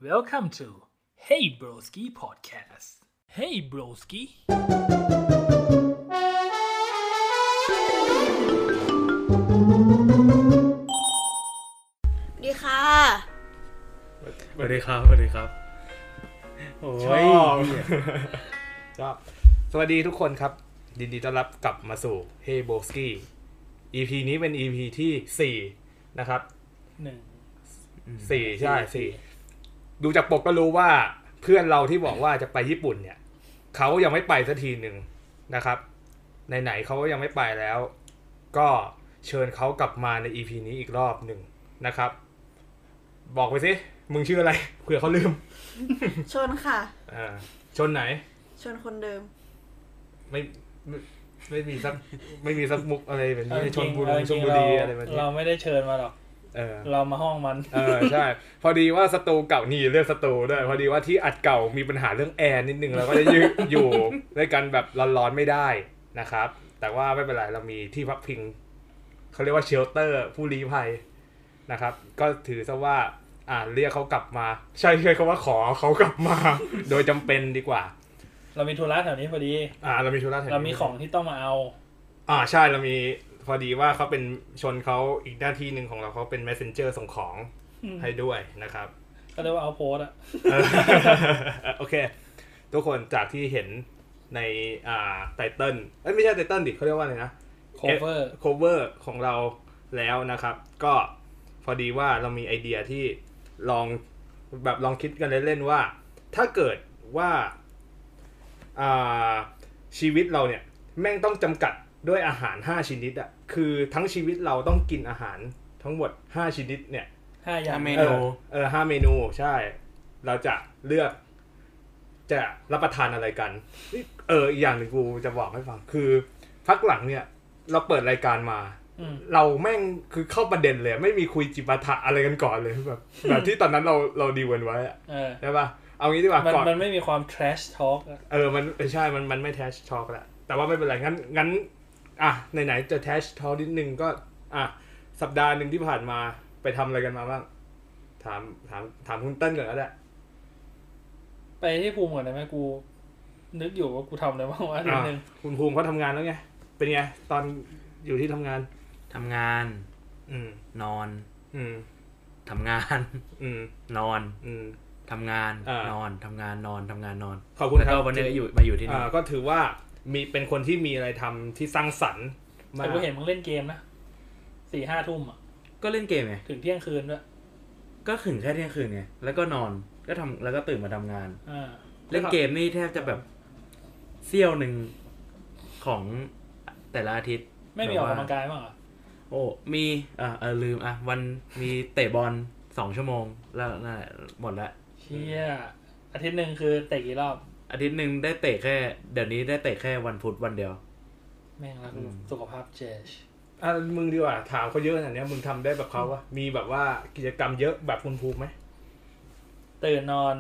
Welcome to Hey Broski Podcast. Hey Broski. สวัสดีค่ะสวัสดีครับโอ้ยชอบสวัสดีทุกคนครับยินดีต้อนรับกลับมาสู่ Hey Broski EP นี้เป็น EP ที่4นะครับ4ใช่4ดูจากปกก็รู้ว่าเพื่อนเราที่บอกว่าจะไปญี่ปุ่นเนี่ยเขายังไม่ไปสักทีหนึ่งนะครับไหนๆเขาก็ยังไม่ไปแล้วก็เชิญเขากลับมาใน EP นี้อีกรอบหนึ่งนะครับบอกไปสิมึงชื่ออะไรเผื่อเขาลืมชนค่ะชนไหนชนคนเดิมไม่มีสักมุกอะไรแบบนี้ชลบุรีอะไรแบบนี้เราไม่ได้เชิญมาหรอกเรามาห้องมันใช่พอดีว่าสตูเก่านี่เรื่องสตูด้วยพอดีว่าที่อัดเก่ามีปัญหาเรื่องแอร์นิดนึงเราก็จะอยู่ด้วยกันแบบร้อนๆไม่ได้นะครับแต่ว่าไม่เป็นไรเรามีที่พักพิงเขาเรียกว่าเชลเตอร์ผู้ลี้ภัยนะครับก็ถือซะว่าเรียกเขากลับมาใช่เขาว่าขอเขากลับมาโดยจำเป็นดีกว่าเรามีธุระแถวนี้พอดีเรามีธุระแถวนี้เรามีของที่ต้องมาเอาใช่เรามีพอดีว่าเขาเป็นชนเขาอีกหน้าที่หนึ่งของเราเขาเป็น messenger ส่งของให้ด้วยนะครับก็เรียกว่าเอาโพสอะโอเคทุกคนจากที่เห็นในไตเติ้ลไม่ใช่ไตเติ้ลดิเขาเรียกว่าอะไรนะcover ของเราแล้วนะครับก็พอดีว่าเรามีไอเดียที่ลองคิดกันเล่นๆว่าถ้าเกิดว่าชีวิตเราเนี่ยแม่งต้องจำกัดด้วยอาหาร5ชนิดอ่ะคือทั้งชีวิตเราต้องกินอาหารทั้งหมด5ชนิดเนี่ย 5เมนู5เมนูใช่เราจะเลือกจะรับประทานอะไรกันอีกอย่างนึงกูจะบอกให้ฟังคือพักหลังเนี่ยเราเปิดรายการมาเราแม่งคือเข้าประเด็นเลยไม่มีคุยจิปาถะอะไรกันก่อนเลยแบบที่ตอนนั้นเราดีลไว้อะใช่ป่ะเอางี้ดีกว่าก่อนมันไม่มีความ trash talk มันใช่มันไม่ trash talk แล้วแต่ว่าไม่เป็นไรงั้นไหนๆจะ trash talk นิดนึงก็สัปดาห์นึงที่ผ่านมาไปทำอะไรกันมาบ้างถามคุณเติ้ลก่อนก็ได้ไปที่ภูมิก่อนได้ไหมกูนึกอยู่ว่ากูทำอะไรบ้างวะนิดนึงคุณภูมิเขาทำงานแล้วไงเป็นไงตอนอยู่ที่ทำงานนอนทำงานนอนทำงานนอนทำงานนอนทำงานนอนขอบคุณครับวันนี้มาอยู่ที่นี่ก็ถือว่ามีเป็นคนที่มีอะไรทำที่สร้างสรรค์แต่กูเห็นมึงเล่นเกมนะ 4-5 ทุ่มก็เล่นเกมไงถึงเที่ยงคืนด้วยก็ถึงแค่เที่ยงคืนไงแล้วก็นอนก็ทำแล้วก็ตื่นมาทำงานเล่นเกมนี่แทบจะแบบเสี้ยวนึงของแต่ละอาทิตย์ไม่มีออกกำลังกายบ้างเหรอโอ้มีลืมวันมีเตะบอล2 ชั่วโมงแล้วนั่นหมดละเชี่ยอาทิตย์นึงคือเตะกี่รอบอาทิตย์นึงได้เตะแค่เดี๋ยวนี้ได้เตะแค่วันพุธวันเดียวแม่งแล้วสุขภาพเจชมึงดีกว่าถามเขาเยอะขนาดนี้มึงทำได้แบบเขาวะมีแบบว่ากิจกรรมเยอะแบบคุณภูมิไหมตื่นนอน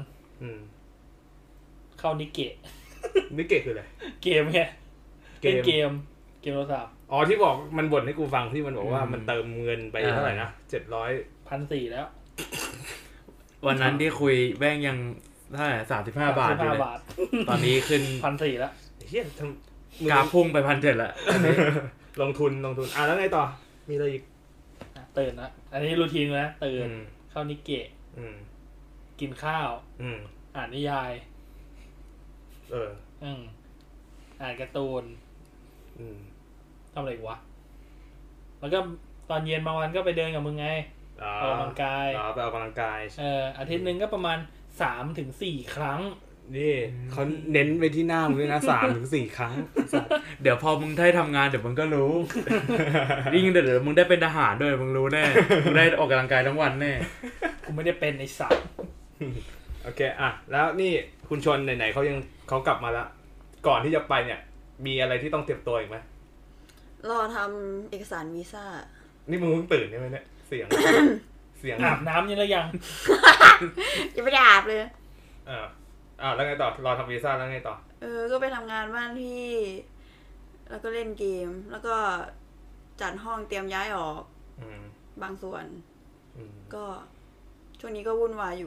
เข้านิเกะคืออะไรเกมไงเล่นเกมโทรศัพท์ที่บอกมันบ่นให้กูฟังที่มันบอกว่ามันเติมเงินไปเท่าไหร่นะ700 1,400แล้ววันนั้นที่คุยแม่งยังเท่าไหร่35 บาทอยู่เลยตอนนี้ขึ้น 1,400 แล้วเฮียกราฟพุ่งไป 1,700 แล้วลงทุนแล้วไงต่อมีอะไรอีกตื่นนะอันนี้รูทีนนะตื่นเข้านิเกะกินข้าวอ่านนิยายอ่านการ์ตูนทำอะไรวะแล้วก็ตอนเย็นบางวันก็ไปเดินกับมึงไงออกกำลังกายไปออกกำลังกายอาทิตย์นึงก็ประมาณ 3-4 ครั้งนี่เขาเน้นไปที่หน้ามึงด้วยนะ 3-4 ครั้งเดี๋ยวพอมึงได้ทำงานเดี๋ยวมึงก็รู้ยิ่งเดี๋ยวมึงได้เป็นทหารด้วยมึงรู้แน่มึงได้ออกกำลังกายทั้งวันแน่กูไม่ได้เป็นในสัตว์โอเคแล้วนี่คุณชนไหนๆเขากลับมาแล้วก่อนที่จะไปเนี่ยมีอะไรที่ต้องเตรียมตัวอีกไหมรอทำเอกสารวีซ่านี่มึงเพิ่งตื่นใช่ไหมเนี่ยเสียงอาบน้ำยังหรือยังยังไม่ได้อาบเลยแล้วไงต่อรอทำวีซ่าแล้วไงต่อก็ไปทำงานบ้านพี่แล้วก็เล่นเกมแล้วก็จัดห้องเตรียมย้ายออกบางส่วนก็ช่วงนี้ก็วุ่นวายอยู่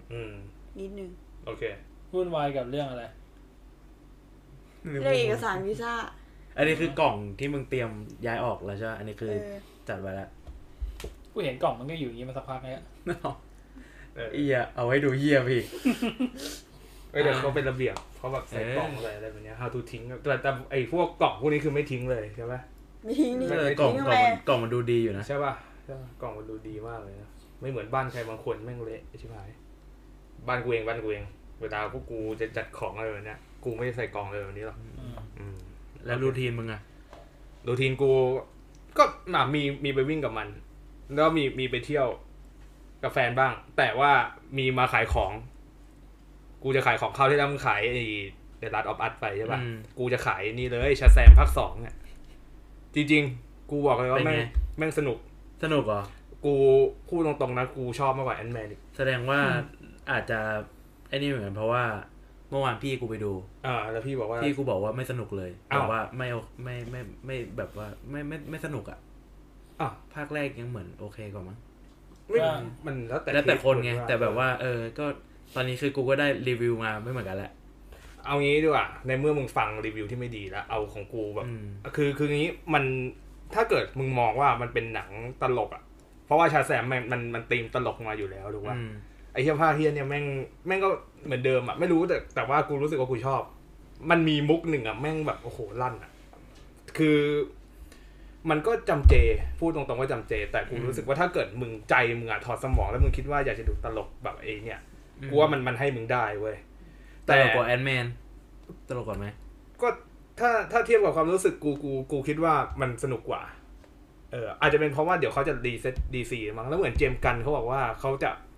นิดนึงโอเควุ่นวายกับเรื่องอะไรเรื่องเอกสารวีซ่าอันนี้คือกล่องที่มึงเตรียมย้ายออกแล้วใช่ไหมอันนี้คือจัดไว้แล้วกูเห็นกล่องมันก็อยู่อย่างนี้มาสักพักแล้วเอียเอาไว้ดูเฮียพี่เดี๋ยวเขาเป็นระเบียบเขาแบบใส่กล่องอะไรแบบนี้ how to ทิ้งแต่ไอ้พวกกล่องพวกนี้คือไม่ทิ้งเลยใช่ไหมไม่ทิ้งนี่กล่องมันดูดีอยู่นะใช่ป่ะกล่องมันดูดีมากเลยนะไม่เหมือนบ้านใครบางคนแม่งเละใช่ไหมบ้านกูเองเวลาพวกกูจะจัดของอะไรแบบนี้กูไม่ได้ใส่กล่องเลยแบบนี้หรอกแล้วรูทีนมึงอะรูทีนกูก็มีไปวิ่งกับมันแล้วมีไปเที่ยวกับแฟนบ้างแต่ว่ามีมาขายของกูจะขายของเข้าที่ร้านขายไอ้The Last of Us ไปใช่ป่ะกูจะขายนี่เลยชาแซมภาค 2เนี่ยจริงๆกูบอกเลยว่าแม่งสนุกเหรอกูพูดตรงๆนะกูชอบมากกว่าแอนด์แมนอีกแสดงว่าอาจจะไอ้นี่เหมือนกันเพราะว่าเมื่อวานพี่กูไปดูแล้วพี่บอกว่าไม่สนุกเลยบอกว่าไม่แบบว่าไม่สนุกอ่ะภาคแรกยังเหมือนโอเคกว่ามั้งมันแล้วแต่คนไงแต่แบบว่าก็ตอนนี้คือกูก็ได้รีวิวมาไม่เหมือนกันแหละเอางี้ดีกว่าในเมื่อมึงฟังรีวิวที่ไม่ดีแล้วเอาของกูแบบคืองี้มันถ้าเกิดมึงมองว่ามันเป็นหนังตลกอ่ะเพราะว่าชาแซมมันตีมตลกมาอยู่แล้วถูกป่ะไอ้เหี้ยภาคเฮียเนี่ยแม่งก็เหมือนเดิมอ่ะไม่รู้แต่ว่ากูรู้สึกว่ากูชอบมันมีมุกหนึ่งอ่ะแม่งแบบโอ้โหลั่นอ่ะคือมันก็จำเจพูดตรงๆว่าจำเจแต่กูรู้สึกว่าถ้าเกิดมึงใจมึงอ่ะถอดสมองแล้วมึงคิดว่าอยากจะดูตลกแบบไอ้เนี่ยกูว่ามันให้มึงได้เว้ยแต่ตลกกว่าแอนด์แมนตลกกว่าไหมก็ถ้าเทียบกับความรู้สึกกูคิดว่ามันสนุกกว่าอาจจะเป็นเพราะว่าเดี๋ยวเขาจะรีเซ็ต DC มั้งแล้วเหมือนเจมส์กันเขาบอกว่าเขา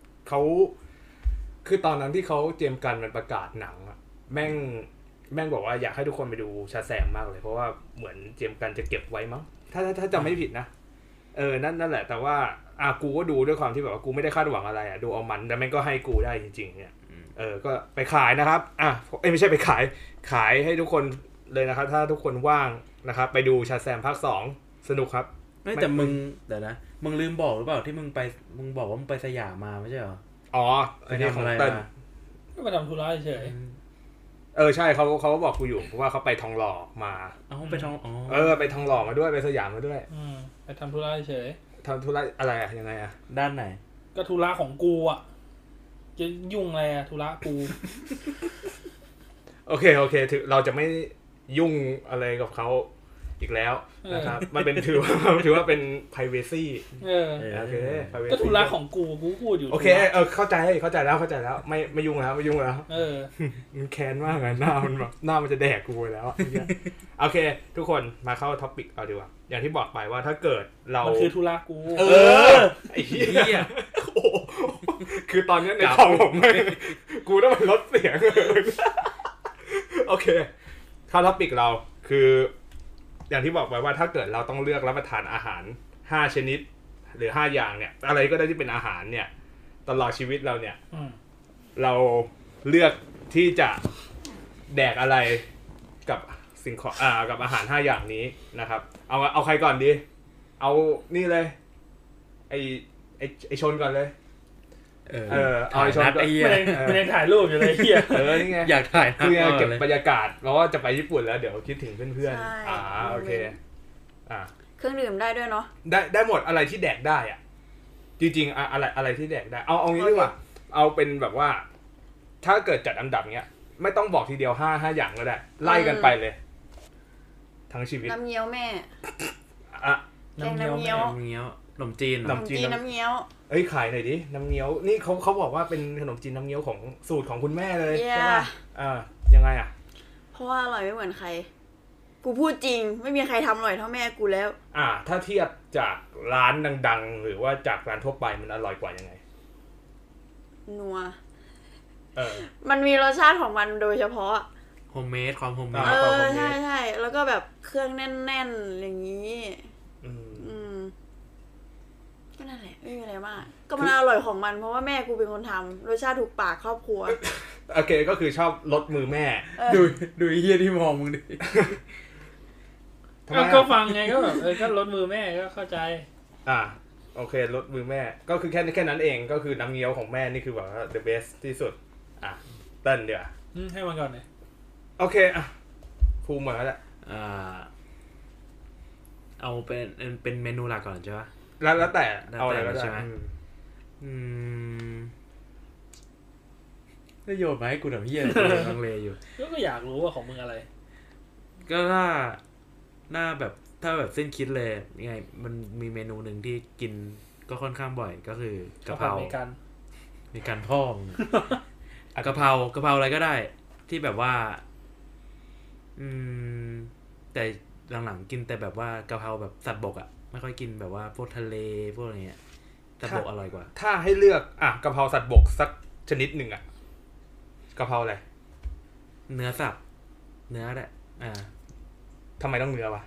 คือตอนนั้นที่เขาเจมส์กันมันประกาศหนังอะแม่งบอกว่าอยากให้ทุกคนไปดูชาแซมมากเลยเพราะว่าเหมือนเจมส์กันจะเก็บไว้มั้งถ้าจำไม่ผิดนะนั่นแหละแต่ว่ากูก็ดูด้วยความที่แบบว่ากูไม่ได้คาดหวังอะไรดูเอามันแต่แม่งก็ให้กูได้จริงๆเนี่ยก็ไปขายนะครับไม่ใช่ไปขายให้ทุกคนเลยนะครับถ้าทุกคนว่างนะครับไปดูชาแซมภาค 2สนุกครับแต่มึงเดี๋ยวนะมึงลืมบอกหรือเปล่าที่มึงบอกว่ามึงไปสยามมาไม่ใช่เหรออันนี้ของเติ้ลก็ไปทำธุระเฉยใช่เขาก็บอกกูอยู่เพราะว่าเขาไปทองหล่อมาไปทองไปทองหล่อมาด้วยไปสยามมาด้วยไปทำธุระเฉยทำธุระอะไรยังไงด้านไหนก็ธุระของกูจะยุ่งอะไรธุระกูโอเคถือเราจะไม่ยุ่งอะไรกับเขาอีกแล้วนะครับมันเป็นถือว่าเป็น privacy โอเคก็ธุระของกูพูดอยู่โอเคเข้าใจแล้วไม่ยุ่งแล้วมันแค้นมากเลยหน้ามันจะแดกกูแล้วโอเคทุกคนมาเข้าท็อปิกเอาดีกว่าอย่างที่บอกไปว่าถ้าเกิดเรามันคือธุระกูไอ้เหี้ยคือตอนนี้ในคอมผมกูต้องลดเสียงโอเคเข้าท็อปิกเราคืออย่างที่บอกไปว่าถ้าเกิดเราต้องเลือกรับประทานอาหาร5ชนิดหรือ5อย่างเนี่ยอะไรก็ได้ที่เป็นอาหารเนี่ยตลอดชีวิตเราเนี่ยเราเลือกที่จะแดกอะไรกับสิ่งของกับอาหาร5อย่างนี้นะครับเอาใครก่อนดีเอานี่เลยไอชนก่อนเลยเอาชนก่อนไม่ได้ถ่ายรูปอยู่เลยเหี้ยนี่ไงอยากถ่ายคือเก็บบรรยากาศเพราะว่าจะไปญี่ปุ่นแล้วเดี๋ยวคิดถึงเพื่อนๆโอเคเครื่องดื่มได้ด้วยเนาะได้หมดอะไรที่แดกได้อ่ะจริงๆอะไรที่แดกได้เอางี้ดีกว่าเอาเป็นแบบว่าถ้าเกิดจัดอันดับเนี้ยไม่ต้องบอกทีเดียว5อย่างก็ได้ไล่กันไปเลยทั้งชีวิตน้ำเงี้ยวแม่น้ำเงี้ยวขนมจีนน้ำเงี้ยวขายหน่อยดิน้ำเงี้ยวนี่เขาบอกว่าเป็นขนมจีนน้ำเงี้ยวของสูตรของคุณแม่เลยใช่ป่ะยังไงเพราะว่าอร่อยไม่เหมือนใครกูพูดจริงไม่มีใครทำอร่อยเท่าแม่กูแล้วถ้าเทียบจากร้านดังๆหรือว่าจากร้านทั่วไปมันอร่อยกว่ายังไงนัวมันมีรสชาติของมันโดยเฉพาะโฮมเมดความโฮมเมดใช่แล้วก็แบบเครื่องแน่นๆอย่างนี้ก็นั่นแหละไม่มีอะไรมากก็มันอร่อยของมันเพราะว่าแม่กูเป็นคนทำรสชาติถูกปากครอบครัวโอเคก็คือชอบรสมือแม่ดูไอ้เหี้ยที่มองมึงดิก็ฟังไงก็แบบก็รสมือแม่ก็เข้าใจโอเครสมือแม่ก็คือแค่นั้นเองก็คือน้ำเงี้ยวของแม่นี่คือแบบว่า the best ที่สุดอ่ะเต้นเดี๋ยวให้มันก่อนเลยโอเคอ่ะภูมิเหมือนกันแหละเอาเป็นเมนูหลักก่อนใช่ปะแล้วแต่เอาอะไรก็ได้ก็โยนมาให้กูทำเหี้ยลังเลอยู่ก็อยากรู้ว่าของมึงอะไรก็น่าแบบถ้าแบบเส้นคิดเลยยังไงมันมีเมนูหนึ่งที่กินก็ค่อนข้างบ่อยก็คือกะเพรามีการพ่องกะเพราอะไรก็ได้ที่แบบว่าแต่หลังๆกินแต่แบบว่ากะเพราแบบสัตว์บกอ่ะไม่ค่อยกินแบบว่าพวกทะเลพวกอะไรเงี้ยสัตว์บกอร่อยกว่าถ้าให้เลือกกะเพราสัตว์บกสักชนิดหนึ่งกะเพราอะไรเนื้อสับเนื้อแหละทำไมต้องเนื้อวะ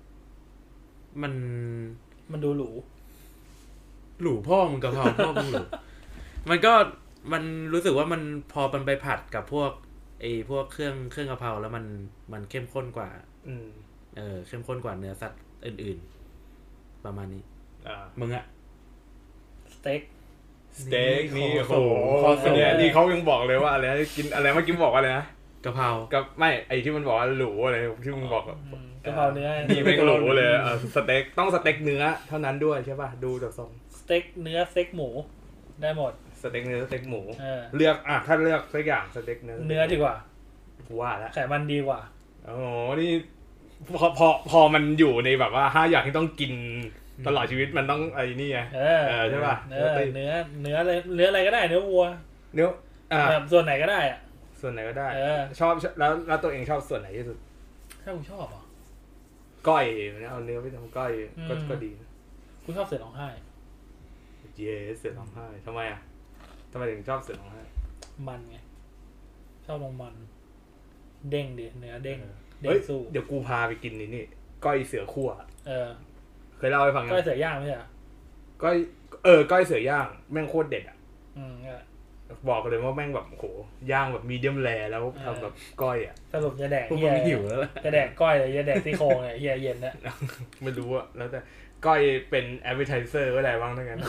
มันดูหรูพ่อมึงกะเพราพ่อมึงหรูมันรู้สึกว่ามันพอมันไปผัดกับพวกพวกเครื่องกะเพราแล้วมันเข้มข้นกว่าเข้มข้นกว่าเนื้อสัตว์อื่นๆประมาณนี้มึงอะสเต็กนี่โอ้โหเนี่ยนี่เขายังบอกเลยว่าอะไรกินอะไรเมื่อกี้บอกอะไรนะกะเพรากับไม่ไอที่มันบอกว่าหรูอะไรที่มึงบอกกะเพราเนื้อนี่ไม่หรูเลยสเต็กต้องสเต็กเนื้อเท่านั้นด้วยใช่ป่ะดูจากทรงสเต็กเนื้อสเต็กหมูได้หมดสเต็กเนื้อสเต็กหมูเลือกถ้าเลือกสักอย่างสเต็กเนื้อดีกว่าว่าแล้วไขมันดีกว่าโอ้โหนี่พอมันอยู่ในแบบว่า5อย่างที่ต้องกินตลอดชีวิตมันต้องไอ้นี่ไงใช่ป่ะเนื้ออะไรก็ได้เนื้อวัวแบบส่วนไหนก็ได้อะส่วนไหนก็ได้ชอบแล้วตัวเองชอบส่วนไหนที่สุดถ้ากูชอบก้อยเอาเนื้อไปทำก้อยก็ดีกูชอบเสือร้องไห้เสือร้องไห้ทำไมถึงชอบเสือร้องไห้มันไงชอบลงมันเด้งดิเนื้อเด้งสู้เดี๋ยวกูพาไปกินนี่ก้อยเสือคั่วเคยเล่าให้ฟังก้อยเสือย่างไหมอ่ะก้อยเสือย่างแม่งโคตรเด็ดบอกเลยว่าแม่งแบบโหย่างแบบมีเดียมแรแล้วทำแบบก้อยสรุปจะแดกเหี้ยหิวแล้วจะแดกก้อยเลยจะแดกซี่โครงไงเหี้ยเย็นนะไม่รู้อะแล้วแต่ก้อยเป็นแอปเปอร์ไทเซอร์ก็ได้บ้างทั้งนั้น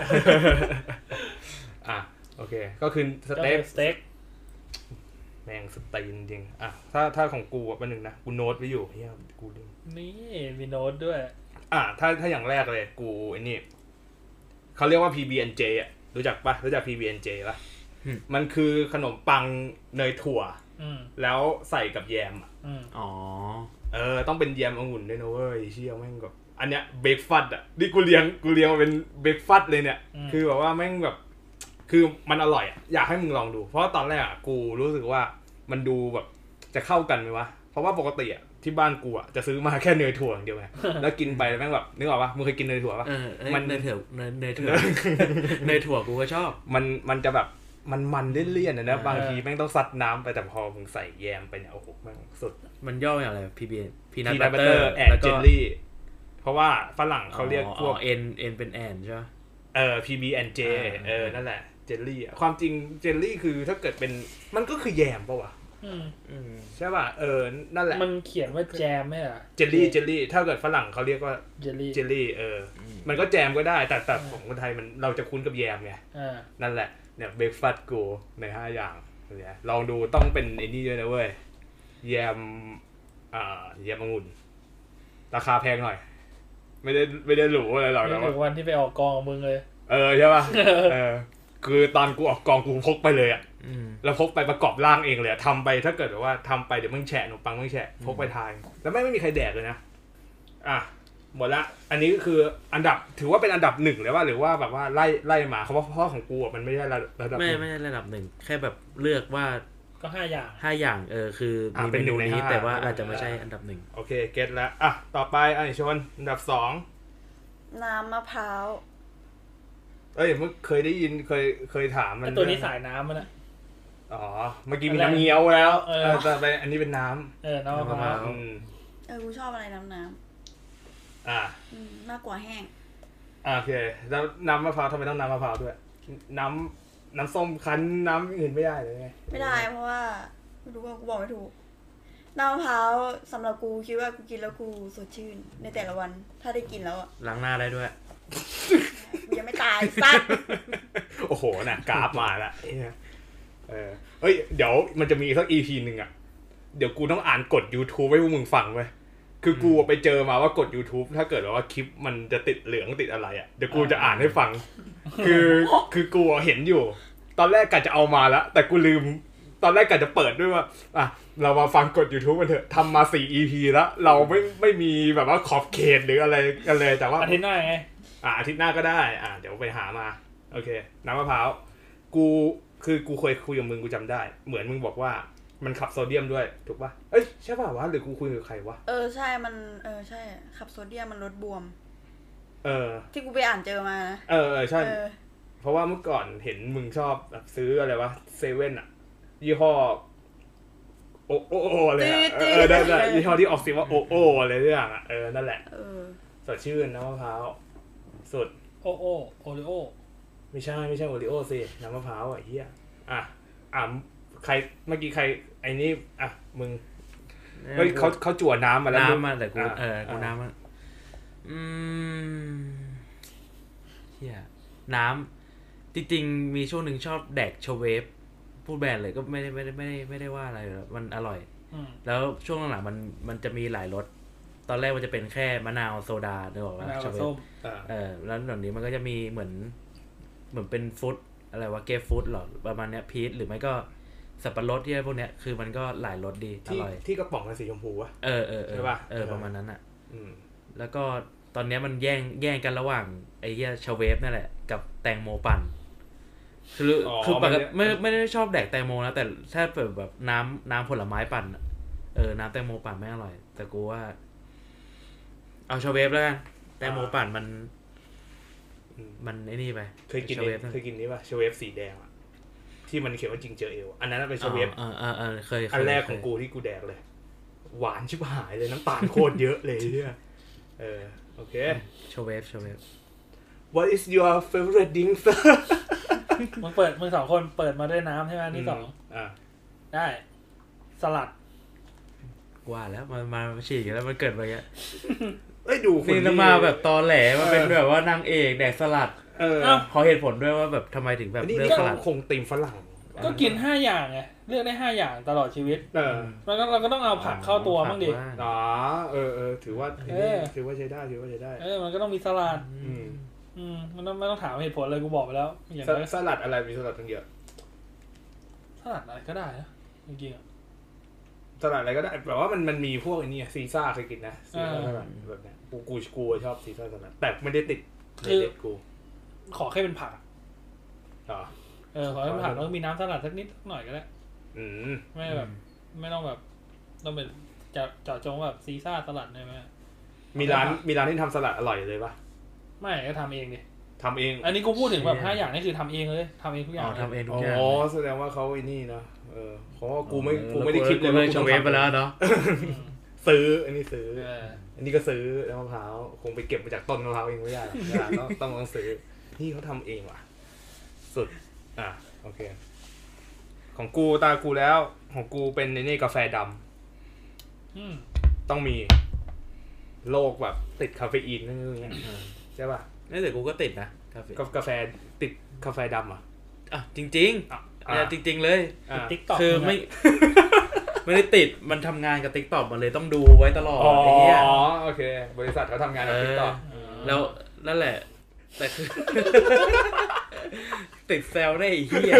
โอเคก็คือสเต็กแม่งสตีนจริงถ้าของกูวันหนึ่งนะกูโน้ตไว้อยู่เฮียกูดึงนี่มีโน้ตด้วยถ้าอย่างแรกเลยกูไอ้นี่เขาเรียกว่า PB&J อ่ะรู้จัก PB&J ป่ะมันคือขนมปังเนยถั่วแล้วใส่กับแยมต้องเป็นแยมองุ่นด้วยนะเว้ยเชี่ยแม่งแบบอันเนี้ยเบรกฟาสต์อ่ะนี่กูเลี้ยงมาเป็นเบรกฟาสต์เลยเนี่ยคือแบบว่าแม่งแบบคือมันอร่อยอ่ะอยากให้มึงลองดูเพราะว่าตอนแรกอ่ะกูรู้สึกว่ามันดูแบบจะเข้ากันไหมวะเพราะว่าปกติอ่ะที่บ้านกูอ่ะจะซื้อมาแค่เนยถั่วอย่างเดียวไงแล้วกินไปแม่งแบบนึกออกปะมึงเคยกินเนยถั่วปะมันเนยถั่วกูก็ชอบมันจะแบบมันเลี่ยนๆนะบางทีแม่งต้องซัดน้ำไปแต่พอมึงใส่แยมไปเนี่ยโอ้โหแม่งสุดมันย่ออย่างไรพีนัทบัตเตอร์แอนด์เจลลี่เพราะว่าฝรั่งเขาเรียกพวกเอ็นเป็นแอนใช่ไหม PB&J นั่นแหละเจลลี่ความจริงเจลลี่คือถ้าเกิดเป็นมันก็คือแยมป่ะวะใช่ป่ะนั่นแหละมันเขียนว่าแจมไหมอ่ะเจลลี่ถ้าเกิดฝรั่งเขาเรียกว่าเจลลี่มันก็แจมก็ได้แต่ของคนไทยมันเราจะคุ้นกับแยมไงนั่นแหละเนี่ยเบรกฟาสต์กูใน5อย่างเนี่ยลองดูต้องเป็นไอ้นี่ด้วยนะเว้ยแยมองุ่นราคาแพงหน่อยไม่ได้หรูอะไรหรอกแต่ว่าวันที่ไปออกกองมึงเลยใช่ป่ะคือตอนกูออกกองกูพกไปเลยอ่ะแล้วพกไปประกอบร่างเองเลยทำไปถ้าเกิดว่าทำไปเดี๋ยวมึงแฉะขนมปังมึงแฉะพกไปทายแล้วไม่มีใครแดกเลยนะหมดละอันนี้ก็คืออันดับถือว่าเป็นอันดับ1เลยว่าหรือว่าแบบว่าไล่มาเพราะว่าของกูมันไม่ใช่ระดับไม่ใช่ระดับ1แค่แบบเลือกว่าก็5 อย่างคือมีเมนูนี้แต่ว่าอาจจะไม่ใช่อันดับ1 โอเคเก็ทแล้วต่อไปชนอันดับ2 น้ำมะพร้าวเมื่อเคยได้ยินเคยถามมันตัวนี้สายน้ำมันนะเมื่อกี้มีน้ำเงี้ยวแล้วแต่ไปอันนี้เป็นน้ำน้ำมะพร้าวกูชอบอะไรน้ำมากกว่าแห้งโอเคแล้วน้ำมะพร้าวทำไมต้องน้ำมะพร้าวด้วยน้ำส้มคั้นน้ำอื่นไม่ได้เลยไงไม่ได้เพราะว่าไม่รู้ว่ากูบอกไม่ถูกน้ำมะพร้าวสำหรับกูคิดว่ากูกินแล้วกูสดชื่นในแต่ละวันถ้าได้กินแล้วล้างหน้าได้ด้วยยังไม่ตายสักโอ้โหน่ะกราฟมาละเฮ้ยเดี๋ยวมันจะมีสัก EP นึงอ่ะเดี๋ยวกูต้องอ่านกฎ YouTube ให้พวกมึงฟังเว้ยคือกูไปเจอมาว่ากฎ YouTube ถ้าเกิดว่าคลิปมันจะติดเหลืองติดอะไรอ่ะเดี๋ยวกูจะอ่านให้ฟังคือกูเห็นอยู่ตอนแรกกะจะเอามาแล้วแต่กูลืมตอนแรกกะจะเปิดด้วยว่าเรามาฟังกฎ YouTube กันเถอะทำมา4 EP แล้วเราไม่มีแบบว่าขอบเขตหรืออะไรกันเลยแต่ว่าอาทิตย์หน้าไงอาทิตย์หน้าก็ได้เดี๋ยวไปหามาโอเคน้ำมะพร้าวกูเคยคุยกับมึงกูจำได้เหมือนมึงบอกว่ามันขับโซเดียมด้วยถูกป่ะเอ้ยใช่ป่ะวะหรือกูคุยกับใครวะใช่มันใช่ขับโซเดียมมันลดบวมที่กูไปอ่านเจอมานะใช่เพราะว่าเมื่อก่อนเห็นมึงชอบแบบซื้ออะไรวะเซเว่นอะยี่ห้อโออะไรได้ยี่ห้อที่ออกเสียงว่าโออะไรเรื่องอะนั่นแหละสดชื่นน้ำมะพร้าวสุดโอริโอไม่ใช่โอริโอสิน้ำมะพร้าวไอ้เหี้ยใครเมื่อกี้ใครไอ้นี่มึงเฮ้ยเขาจั่วน้ำมาแล้วน้ำมาแต่กูกูน้ำมาเหี้ยน้ำจริงๆมีช่วงหนึ่งชอบแดกโชเวฟพูดแบรนด์เลยก็ไม่ได้ว่าอะไรมันอร่อยแล้วช่วงหลังๆมันจะมีหลายรสตอนแรกมันจะเป็นแค่มะนาวโซดานึกออกป่ะโชเวฟแล้วหลังนี้มันก็จะมีเหมือนเป็นฟุตอะไรวะเกฟฟุตหรอประมาณเนี้ยพีชหรือไม่ก็สับปะรดที่พวกเนี้ยคือมันก็หลายรสดีอร่อยที่กระป๋องสีชมพูวะใช่ป่ะประมาณนั้นอ่ะแล้วก็ตอนนี้มันแย่งกันระหว่างไอ้เหี้ยชาเวฟนั่นแหละกับแตงโมปั่นคือปกติไม่ได้ชอบแดกแตงโมนะแต่ถ้าแบบน้ำผลไม้ปั่นน้ำแตงโมปั่นไม่อร่อยแต่กูว่าเอาชาเวฟแล้วกันแตงโมปั่นมันไอ้นี่ไปเคยกินนี่ป่ะชาเวฟสีแดงอ่ะที่มันเขียนว่าจิงเจอเอลอันนั้นเป็นชาเวฟเคยอันแรกของกูที่กูแดกเลยหวานชิบหายเลยน้ำตาลโคตรเยอะเลยเนี่ยโอเคชาเวฟ What is your favorite drink มึงสองคนเปิดมาด้วยน้ำใช่ไหมที่สองได้สลัดว่าแล้วมาฉีกแล้วมันเกิดมาอย่างเงี้ยดูนี่แล้วมาแบบตอแหลมาเป็นแบบว่านางเอกแดกสลัดขอเหตุผลด้วยว่าแบบทำไมถึงแบบเลือกสลัดคงตีมฝรั่งก็กิน5อย่างไงเลือกได้5อย่างตลอดชีวิตเราก็ต้องเอาผักเข้าตัวบ้างดิถือว่าใช้ได้มันก็ต้องมีสลัดมันไม่ต้องถามเหตุผลเลยกูบอกไปแล้วอย่างไรสลัดอะไรมีสลัดตั้งเยอะสลัดอะไรก็ได้นะจริงๆสลัดอะไรก็ได้แบบว่ามันมีพวกนี้ซีซ่าเคยกินนะซีซ่าสลัดแบบนี้กูชอบซีซ่าสลัดแต่ไม่ได้ติดกูขอแค่เป็นผักขอให้เป็นผักแล้วมีน้ำสลัดสักนิดหน่อยก็ได้ไม่แบบไม่ต้องแบบต้องเป็นเจาะจงแบบซีซ่าสลัดได้ไหมมีร้านที่ทำสลัดอร่อยเลยปะไม่ก็ทำเองดิทำเองอันนี้กูพูดถึงแบบ5อย่างนี่คือทำเองเลยทำเองทุกอย่างทำเองทุกอย่างแสดงว่าเขาไอ้นี่นะเพราะกูไม่ได้คิดเลยว่ากูทำเองไปแล้วเนาะซื้ออันนี้ซื้ออันนี้ก็ซื้อแล้วมะพร้าวคงไปเก็บมาจากต้นมะพร้าวเองไม่ได้หรอกต้องซื้อนี่เขาทำเองว่ะสุดโอเคของกูตากูแล้วของกูเป็นนี่กาแฟดำต้องมีโรคแบบติดคาเฟอีนนั่นเงี้ยใช่ป่ะนี่แต่กูก็ติดนะกาแฟติดกาแฟดำจริงๆจริงๆเลย TikTok คือไม่ได้ติดมันทำงานกับ TikTok มันเลยต้องดูไว้ตลอดไอ้เงี้ยโอเคบริษัทเขาทำงานกับ TikTok แล้วนั่นแหละแต่คือติดแซวได้ไอ้เหี้ย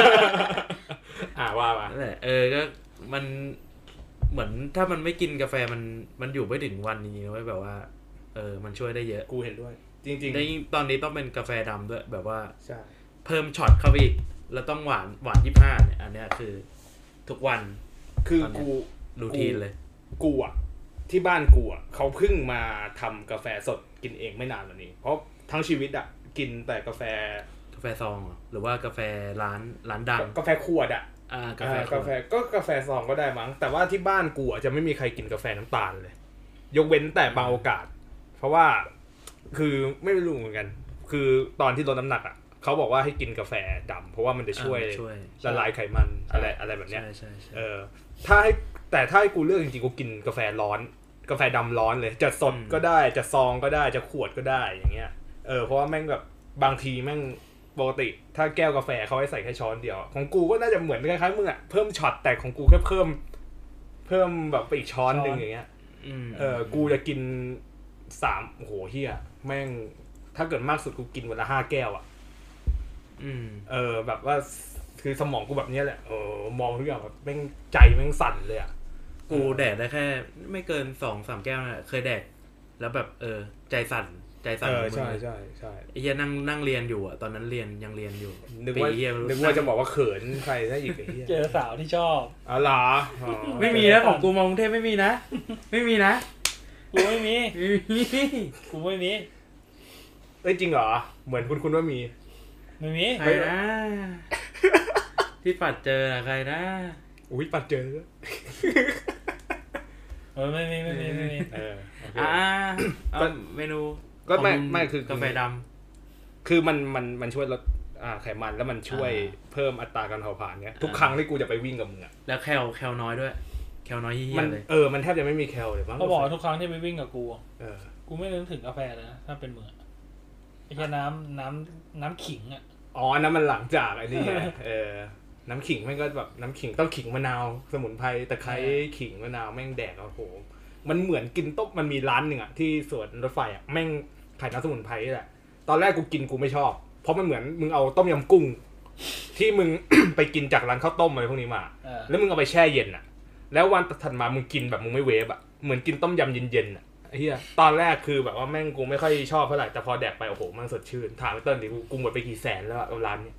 ว่านั่นแหละก็มันเหมือนถ้ามันไม่กินกาแฟมันอยู่ไม่ถึงวันจริงๆนะแบบว่ามันช่วยได้เยอะกูเห็นด้วยจริงๆได้ตอนนี้ต้องเป็นกาแฟดำด้วยแบบว่าเพิ่มช็อตเข้าไปอีกแล้วต้องหวาน25เนี่ยอันเนี้ยคือทุกวันคือกูรูทีนเลยกูที่บ้านกูเขาเพิ่งมาทำกาแฟสดกินเองไม่นานมานี้เพราะทั้งชีวิตกินแต่กาแฟซองหรือว่ากาแฟร้านดังกาแฟขวดกาแฟก็กาแฟซองก็ได้มั้งแต่ว่าที่บ้านกูจะไม่มีใครกินกาแฟน้ำตาลเลยยกเว้นแต่บางโอกาสเพราะว่าคือไม่รู้เหมือนกันคือตอนที่ลดน้ำหนักเขาบอกว่าให้กินกาแฟดำเพราะว่ามันจะช่วยละลายไขมันอะไรแบบเนี้ยถ้าให้กูเลือกจริงๆกูกินกาแฟร้อนกาแฟดำร้อนเลยจะสดก็ได้จะซองก็ได้จะขวดก็ได้อย่างเงี้ยเพราะว่าแม่งแบบบางทีแม่งปกติถ้าแก้วกาแฟเขาให้ใส่แค่ช้อนเดียวของกูก็น่าจะเหมือนคล้ายๆมึงอ่ะเพิ่มช็อตแต่ของกูแค่เพิ่มแบบไปอีกช้อนนึงอย่างเงี้ยกูจะกิน3โอ้โหเหี้ยแม่งถ้าเกิดมากสุดกูกินวันละ5แก้วอ่ะแบบว่าคือสมองกูแบบนี้แหละมองทุกอย่างแบบแม่งใจแม่งสั่นเลยอ่ะกูแดกได้แค่ไม่เกิน 2-3 แก้วน่ะเคยแดกแล้วแบบใจสั่นใช่ไอ้เหี้ยนั่งเรียนอยู่อ่ะตอนนั้นยังเรียนอยู่นึกว่าจะบอกว่าเขินใครได้อีกไอ้เหี้ยเจอสาวที่ชอบอ๋อเหรอไม่มีนะของกูมากรุงเทพไม่มีนะกูไม่มีกูไม่มีจริงเหรอเหมือนคุณว่ามีไม่มีใครนะที่ปัดเจอใครนะอุ้ยปัดเจอไม่มีเมนูก็ไม่คือกาแฟดำคือมันช่วยลดไขมันแล้วมันช่วยเพิ่มอัตราการเผาผลาญเงี้ยทุกครั้งที่กูจะไปวิ่งกับมึงอ่ะแล้วแคลน้อยด้วยแคลน้อยเหี้ยเลยมันแทบจะไม่มีแคลเลยมั้งเขาบอกทุกครั้งที่ไปวิ่งกับกูกูไม่นึกถึงกาแฟเลยนะถ้าเป็นมึงไอ้แค่น้ำขิงอ่ะอันนั้นมันหลังจากไอ้นี่น้ำขิงแม่งก็แบบน้ำขิงต้องขิงมะนาวสมุนไพรตะไคร้ขิงมะนาวแม่งแดกโอ้โหมันเหมือนกินต้มมันมีร้านหนึ่งอ่ะที่สวนรถไฟอ่ะแม่งขายน้ำสมุนไพรนี่แหละตอนแรกกูกินกูไม่ชอบเพราะมันเหมือนมึงเอาต้มยำกุ้งที่มึง ไปกินจากร้านข้าวต้มอะไรพวกนี้มาแล้วมึงเอาไปแช่เย็นอ่ะแล้ววันถัดมามึงกินแบบมึงไม่เวฟอ่ะเหมือนกินต้มยำเย็นๆอ่ะไอ้เหี้ยตอนแรกคือแบบว่าแม่งกูไม่ค่อยชอบเท่าไหร่แต่พอแดกไปโอ้โหมันสดชื่นถามไอ้เติ้ลดิกูหมดไปกี่แสนแล้วอะร้านนี้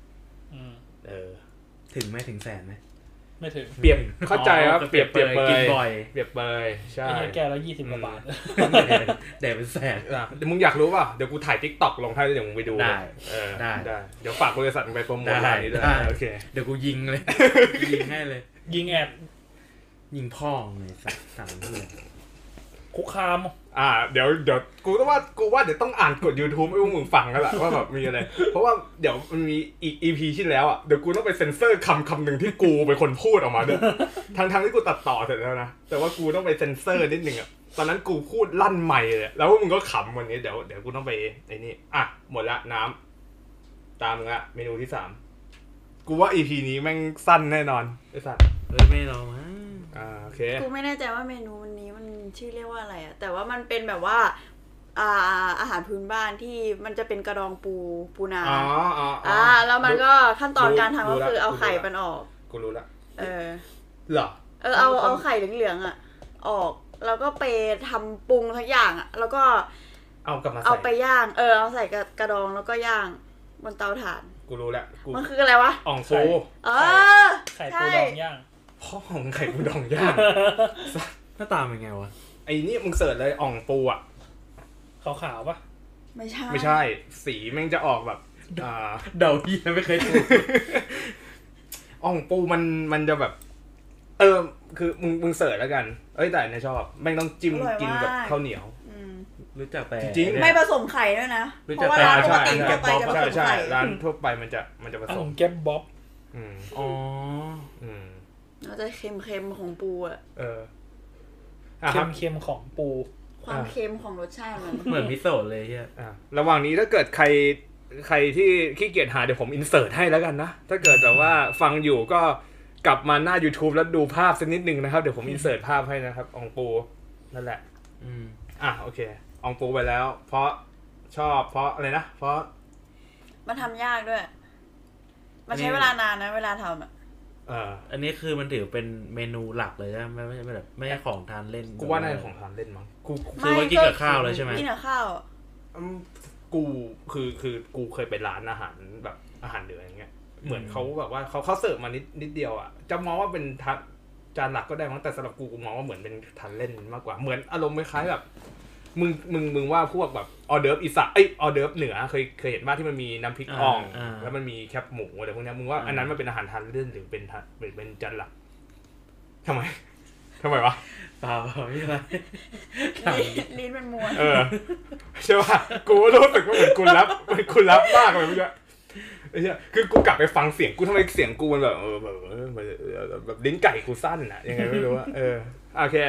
ถึงไหมถึงแสนไหมไม่ถึงเปรียบเข้าใจครับเปรียบเบยกินบ่อยเปรียบเบยใช่แก้วละ20 กว่าบาทแดกเป็นแสนมึงอยากรู้ป่ะเดี๋ยวกูถ่าย TikTok ลงให้เดี๋ยวมึงไปดูได้เดี๋ยวฝากบริษัทมึงไปโปรโมทร้านนี้ด้วยโอเคเดี๋ยวกูยิงเลยยิงให้เลยยิงแอดยิงพ่อเลยสั่งเพื่อนคุกคามเดี๋ยวกูว่าเดี๋ยวต้องอ่านกด YouTube ให้พวกมึงฟังกันแหละว่าแบบมีอะไรเพราะว่าเดี๋ยวมันมีอีก EP ที่แล้วอ่ะเดี๋ยวกูต้องไปเซ็นเซอร์คำหนึ่งที่กูเป็นคนพูดออกมาด้วยทั้งที่กูตัดต่อเสร็จแล้วนะแต่ว่ากูต้องไปเซ็นเซอร์นิดนึงอ่ะตอนนั้นกูพูดลั่นไมค์เลยแล้วมึงก็ขำวันนี้เดี๋ยวกูต้องไปไอ้นี่หมดละน้ำตามมึงละเมนูที่3กูว่า EP นี้แม่งสั้นแน่นอนไอ้สัตว์ไม่หรอกโอเคกูไม่แน่ใจว่าเมนูนี้มันชื่อเรียกว่าอะไรแต่ว่ามันเป็นแบบว่าอาหารพื้นบ้านที่มันจะเป็นกระดองปูนาแล้วมันก็ขั้นตอนการทำก็คือเอาไข่มันออกกูรู้ละเหรอเอาไข่เหลืองๆออกแล้วก็ไปทำปรุงทุกอย่างแล้วก็เอาไปย่างเอาใส่กระดองแล้วก็ย่างบนเตาถ่านกูรู้แล้วมันคืออะไรวะอ่องปูไข่ปูดองย่างพ่อของไข่ปูดองย่างหน้าตาเป็นไงวะไอ้นี่มึงเสิร์ชเลยอ่องปูขาวๆปะไม่ใช่สีแม่งจะออกแบบเดาพี่ไม่เคยถูกอ่องปูมันจะแบบคือมึงเสิร์ชแล้วกันแต่เนี่ยชอบแม่งต้องจิ้มกินกับข้าวเหนียวรู้จักแต่จริงไม่ผสมไข่ด้วยนะเพราะว่าร้านปกติทั่วไปจะผสมไข่ร้านทั่วไปมันจะผสมแก๊บบ๊อบเราจะเค็มๆของปูเค็มของปูความเค็มของรสชาติมันเหมือนมิโซะเลยเฮียระหว่างนี้ถ้าเกิดใครที่ขี้เกียจหาเดี๋ยวผมอินเสิร์ตให้แล้วกันนะถ้าเกิดแบบว่าฟังอยู่ก็กลับมาหน้า YouTube แล้วดูภาพสักนิดนึงนะครับเดี๋ยวผมอินเสิร์ตภาพให้นะครับอองปูนั่นแหละโอเคอองปูไปแล้วเพราะชอบเพราะอะไรนะเพราะมันทำยากด้วยมันใช้เวลานานนะเวลาทำอันนี้คือมันถือเป็นเมนูหลักเลยใช่ไหมไม่ใช่แบบไม่ใช่ของทานเล่นกูว่าน่าจะของทานเล่นมั้งกูคือว่ากินกับข้าวเลยใช่ไหมกินกับข้าวกูคือกูเคยไปร้านอาหารแบบอาหารเหนืออย่างเงี้ยเหมือนเขาแบบว่าเขาเสิร์ฟมานิดเดียวจะมองว่าเป็นจานหลักก็ได้มั้งแต่สำหรับกูมองว่าเหมือนเป็นทานเล่นมากกว่าเหมือนอารมณ์คล้ายๆแบบมึงว่าพวกแบบออเดิร์ฟอีสานออเดิร์ฟเหนือเคยเห็นว่าที่มันมีน้ำพริกอ่องแล้วมันมีแคบหมูอะไรพวกนี้มึงว่าอันนั้นมันเป็นอาหารทานเล่นหรือเป็นจานหลักทำไมวะเปล่าไม่อะไรลิ้นมันม้วนใช่ป่ะกูรู้สึกว่าเหมือนคุณรับมากเลยเมื่อกี้ไอ้เหี้ยคือกูกลับไปฟังเสียงกูทำไมเสียงกูมันแบบแบบลิ้นไก่กูสั้นยังไงไม่รู้ว่าโอเค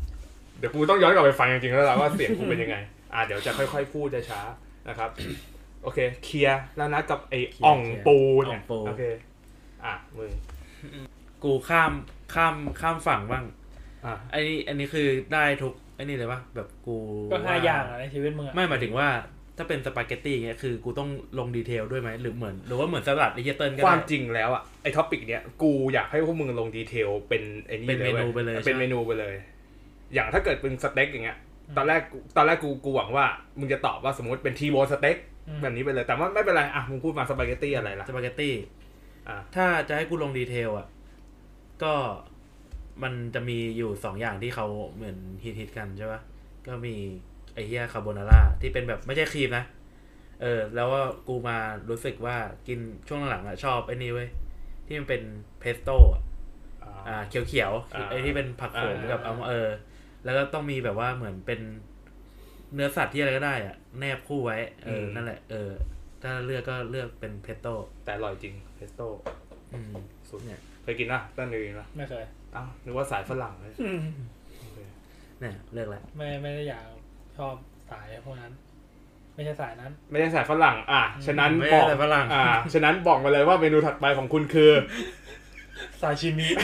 เดี๋ยวกูต้องย้อนกลับไปฟังจริงๆแล้วล่ะว่าเสียงกูเป็นยังไงเดี๋ยวจะค่อยๆพูดช้าๆนะครับโอเคเคลียร์แล้วนะกับไอ้อ่องปูเนี่ยโอเคมึงกูข้ามฝั่งบ้างอันนี้คือได้ทุกไอ้นี่เลยปะแบบกูก็5อย่างในชีวิตมึงไม่หมายถึงว่าถ้าเป็นสปาเกตตี้เงี้ยคือกูต้องลงดีเทลด้วยไหมหรือว่าเหมือนสลัดดิจิตอลก็ได้ความจริงแล้วอ่ะไอ้ท็อปิกเนี้ยกูอยากให้พวกมึงลงดีเทลเป็นไอ้นี่เลยเป็นเมนูไปเลยอย่างถ้าเกิดเป็นสเต็กอย่างเงี้ยตอนแรกกูหวังว่ามึงจะตอบว่าสมมติเป็นทีโบสเต็กแบบนี้ไปเลยแต่ว่าไม่เป็นไรมึงพูดมาสปาเกตตี้อะไรล่ะสปาเกตตี้ถ้าจะให้กูลงดีเทลก็มันจะมีอยู่2อย่างที่เขาเหมือนฮิตกันใช่ปะก็มีไอเหี้ยคาโบนาร่าที่เป็นแบบไม่ใช่ครีมนะแล้วว่ากูมารู้สึกว่ากินช่วงหลังชอบไอ้นี่เว้ยที่มันเป็นเพสโต้เขียวไอ้ที่เป็นผักโขมกับแล้วก็ต้องมีแบบว่าเหมือนเป็นเนื้อสัตว์ที่อะไรก็ได้แนบคู่ไว้นั่นแหละถ้าเลือกก็เลือกเป็นเพสโต้แต่อร่อยจริงเพสโต้สุดเนี่ยเคยกินป่ะต้นนึงป่ะไม่เคยนึกว่าสายฝรั่งเลยเนี่ยเลือกแล้วไม่ได้อยากชอบสายพวกนั้นไม่ใช่สายนั้นไม่ใช่สายฝรั่งฉะนั้นบอกฉะนั้นบอกมาเลยว่าเมนูถัดไปของคุณคือซาชิมิ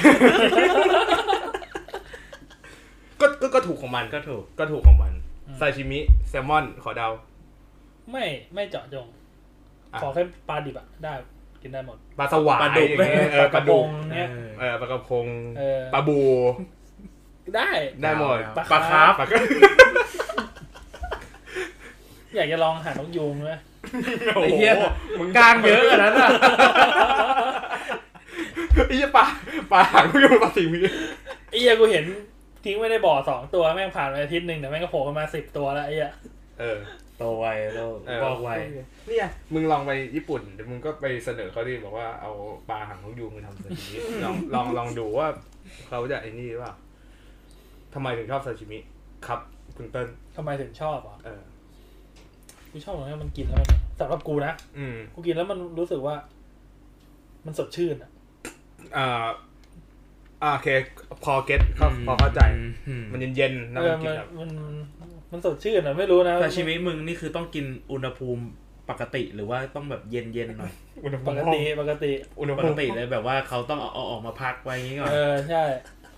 ก็ถูกของมันก็ถูกของมันซาชิมิแซลมอนขอเดาไม่เจาะจงขอแค่ปลาดิบได้กินได้หมดปลาสวายปลาดุกปลาดุกเนี่ยปลากระพงปลาบูได้หมดปลาคาร์ฟอยากจะลองหานกยูงไหมไอ้เหี้ยมึงกลางเยอะขนาดนั้นไอ้เหี้ยปลาหางนกยูงปลาสิงมีไอ้เหี้ยกูเห็นทิ้งไว้ในบ่อ2ตัวแม่งผ่านไปอาทิตย์นึงแต่แม่งก็โผล่ขึ้นมา10ตัวแล้วไอ้เหี้ยโตไวแล้วบอกไวเนี่ยมึงลองไปญี่ปุ่นเดี๋ยวมึงก็ไปเสนอเขาดิบอกว่าเอาปลาหางนกยูงมาทำซาชิมิลองดูว่าเขาจะไอ้นี่ว่าทำไมถึงชอบซาชิมิครับคุณเติ้ลทำไมถึงชอบกูชอบตรงนี้มันกินแล้วมันสำหรับกูนะกูกินแล้วมันรู้สึกว่ามันสดชื่นโอเคพอเก็ตพอเข้าใจมันเย็นๆนะมันกินแบบมันสดชื่นไม่รู้นะซาชิมิมึงนี่คือต้องกินอุณหภูมิปกติหรือว่าต้องแบบเย็นๆหน่อยปกติปกติเลยแบบว่าเขาต้องเอาออกมาพักไว้อย่างงี้ก่อนใช่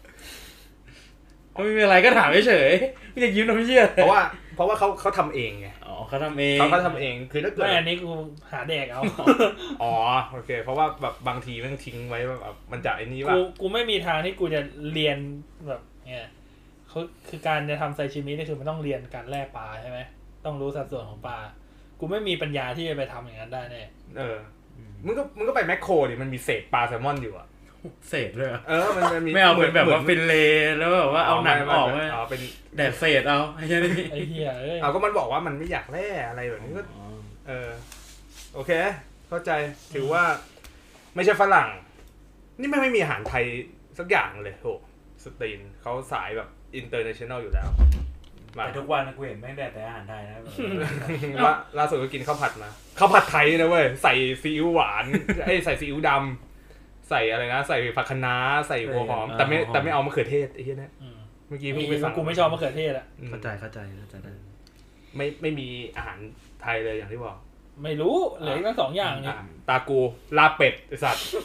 ไม่มีอะไรก็ถามเฉยๆไม่ได้ยิ้มนะไม่เชื่อเพราะว่าเขาทำเองไงเขาทำเองคือถ้าเกิดไม่อันนี้กูหาแดกเอาโอเคเพราะว่าแบบบางทีมันทิ้งไว้แบบมันจะไอ้นี่ว่ากูไม่มีทางที่กูจะเรียนแบบเนี่ยเขาคือการจะทำไซชิมินี่คือมันต้องเรียนการแล่ปลาใช่ไหมต้องรู้สัดส่วนของปลากูไม่มีปัญญาที่จะไปทำอย่างนั้นได้แน่มึงก็ไปแมคโครดิมันมีเศษปลาแซลมอนอยู่เศษเลยมันมีไม่เอาเป็นแบบว่าฟินเลแล้วแบบว่าเอาหนังออกเป็นแดดเศษเอาไอ้เหี้ยก็มันบอกว่ามันไม่อยากแล่อะไรแบบนี้ก็โอเคเข้าใจถือว่าไม่ใช่ฝรั่งนี่ไม่มีอาหารไทยสักอย่างเลยโหสตรีนเขาสายแบบอินเตอร์เนชั่นแนลอยู่แล้วแต่ทุกวันกูเห็นแม่งแต่อาหารไทยนะล่าสุดก็กินข้าวผัดมาข้าวผัดไทยนะเว้ยใส่ซีอิ๊วหวานใส่ซีอิ๊วดำใส่อะไรนะใส่ผักคะน้าใส่หัวหอมแต่ไม่เอามะเขือเทศไอ้เหี้ยนะเมื่อกี้เพิ่งไปสั่งกูไม่ชอบมะเขือเทศอ่ะเข้าใจได้ไม่มีอาหารไทยเลยอย่างที่บอกไม่รู้เหลือแค่2อย่างนี่ตากูลาบเป็ดไอ้สัตว์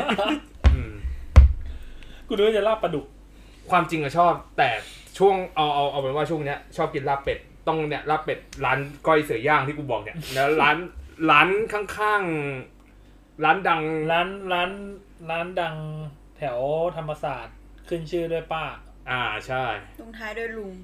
กูนึกว่าจะลาบปลาดุกความจริงอะชอบแต่ช่วงเอาเป็นว่าช่วงเนี้ยชอบกินลาบเป็ดต้องเนี่ยลาบเป็ดร้านก้อยเสือย่างที่กูบอกเนี่ยแล้วร้านข้างๆร้านดังร้านดังแถวธรรมศาสตร์ขึ้นชื่อด้วยป้าใช่ลงท้ายด้วยลุง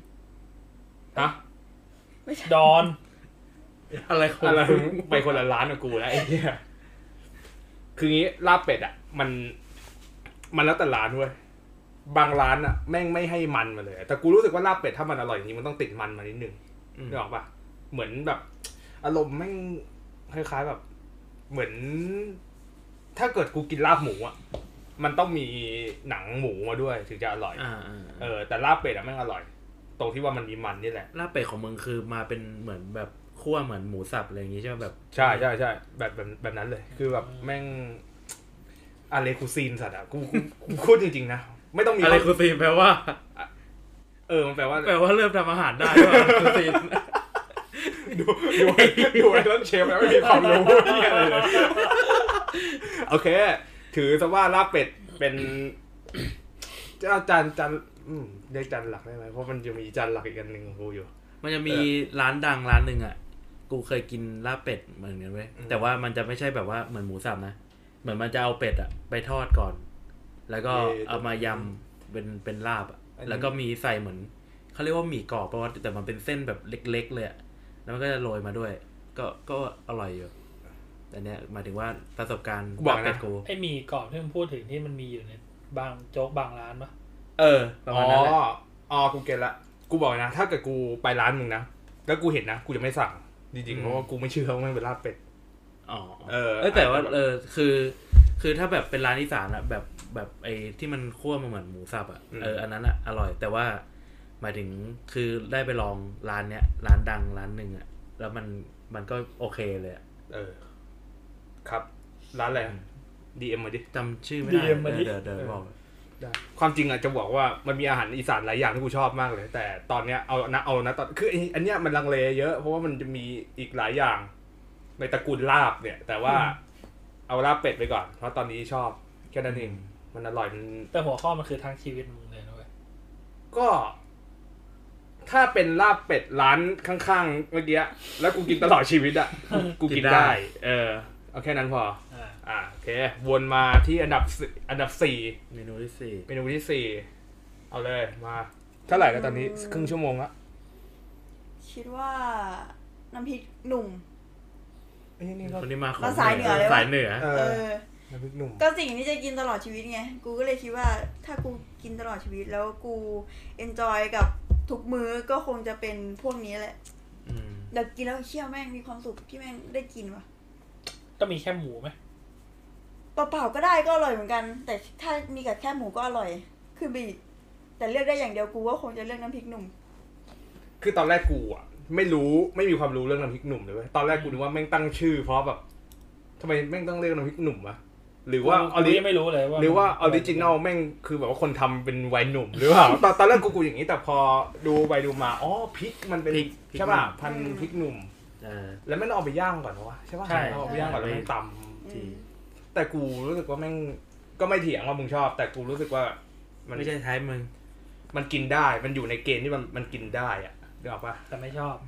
ไม่ใช่ดอนอะไรไปคนละร้านกับกูแล้วไอ้เหี้ยคืองี้ลาบเป็ดอ่ะมันแล้วแต่ร้านเว้ยบางร้านอ่ะแม่งไม่ให้มันมาเลยแต่กูรู้สึกว่าลาบเป็ดถ้ามันอร่อยจริงมันต้องติดมันมานิดนึงนึกออกปะเหมือนแบบอารมณ์แม่งคล้ายๆแบบเหมือนถ้าเกิดกูกินลาบหมูอ่ะมันต้องมีหนังหมูมาด้วยถึงจะอร่อยแต่ลาบเป็ดอ่ะแม่งอร่อยตรงที่ว่ามันมีมันนี่แหละลาบเป็ดของมึงคือมาเป็นเหมือนแบบคั่วเหมือนหมูสับอะไรอย่างงี้ใช่ไหมแบบใช่แบบนั้นเลยคือแบบแม่งอะไรคูซีนสัตว์อ่ะกูพูดจริงๆนะไม่ต้องมีอะไรคูซีนแปลว่ามันแปลว่าเริ่มทำอาหารได้คูซีนดูไอ้เรื่องเชฟแล้วไม่มีความรู้นี่อะไรเลยโอเคถือซะว่าลาบเป็ดเป็นจานเรียกจานหลักได้ไหมเพราะมันจะมีจานหลักอีกอันนึงของกูอยู่มันจะมีร้านดังร้านนึงอ่ะกูเคยกินลาบเป็ดเหมือนกันเว้ยแต่ว่ามันจะไม่ใช่แบบว่าเหมือนหมูสับนะเหมือนมันจะเอาเป็ดอ่ะไปทอดก่อนแล้วก็เอามายำเป็นลาบอ่ะแล้วก็มีใส่เหมือนเขาเรียกว่าหมี่กรอบแต่มันเป็นเส้นแบบเล็กๆเลยอ่ะแล้วมันก็จะโรยมาด้วยก็อร่อยอยู่แต่เนี้ยหมายถึงว่าประสบการณ์ลาบเป็ดกูไอหมี่กรอบที่มึงพูดถึงที่มันมีอยู่ในบางโจ๊กบางร้านปะประมาณนั้นแหละกูเก็ตละกูบอกนะถ้าเกิดกูไปร้านมึงนะแล้วกูเห็นนะกูจะไม่สั่งจริงๆเพราะว่ากูไม่เชื่อว่ามันเป็นลาบเป็ดแต่ว่าคือถ้าแบบเป็นร้านอีสานอะแบบไอ้ที่มันคั่วมาเหมือนหมูสับอะอันนั้นอะอร่อยแต่ว่าหมายถึงคือได้ไปลองร้านเนี้ยร้านดังร้านนึงอะแล้วมันก็โอเคเลยอะครับร้านอะไรDM มาดิจำชื่อไม่ได้เดี๋ยวบอกความจริงอ่ะจะบอกว่ามันมีอาหารอีสานหลายอย่างที่กูชอบมากเลยแต่ตอนเนี้ยเอานะตอนคืออันเนี้ยมันลังเลเยอะเพราะว่ามันจะมีอีกหลายอย่างในตระกูลลาบเนี่ยแต่ว่าเอาลาบเป็ดไปก่อนเพราะตอนนี้ชอบแค่นั้นเองมันอร่อยแต่หัวข้อมันคือทั้งชีวิตมึงเลยนะเว้ยก็ถ้าเป็นลาบเป็ดร้านข้างๆเมื่อกี้แล้วกูกินตลอดชีวิตอ่ะกูกินได้เอาแค่นั้นพอโอเควนมาที่อันดับ4 เมนูที่4เอาเลยมาเท่าไหร่กันตอนนี้ครึ่งชั่วโมงละคิดว่าน้ำพริกหนุ่มคนนี้มาของสายเหนือเลยสายเหนือน้ำพริกหนุ่มก็สิ่งที่จะกินตลอดชีวิตไงกูก็เลยคิดว่าถ้ากูกินตลอดชีวิตแล้วกูเอนจอยกับทุกมื้อก็คงจะเป็นพวกนี้แหละเดี๋ยวกินแล้วเชี่ยวแม่งมีความสุขที่แม่งได้กินว่ะต้องมีแค่หมูไหมเปล่าๆก็ได้ก็อร่อยเหมือนกันแต่ถ้ามีกับแค่หมูก็อร่อยคือบีแต่เลือกได้อย่างเดียวกูว่าคงจะเลือกน้ำพริกหนุ่มคือตอนแรกกูอ่ะไม่มีความรู้เรื่องน้ำพริกหนุ่มเลยเว้ยตอนแรกกูนึกว่าแม่งตั้งชื่อเพราะแบบทำไมแม่งต้องเรียกน้ำพริกหนุ่มวะหรือว่าไม่รู้เลยว่าหรือว่าออริจินอลแม่งคือแบบว่าคนทำเป็นวัยหนุ่มหรือเปล่าตอนแรกกูอย่างนี้แต่พอดูไปดูมาอ๋อพริกมันเป็นใช่ป่ะพันพริกหนุ่มแล้วไม่ต้องเอาไปย่างก่อนวะใช่ป่ะเอาไปย่างก่อนแล้วมันตำแต่กูรู้สึกว่าแม่งก็ไม่เถียงว่ามึงชอบแต่กูรู้สึกว่ามันไม่ใช่ท้ายมึงมันกินได้มันอยู่ในเกณฑ์ที่มันกินได้อ่ะนึกออกป่ะแต่ไม่ชอบ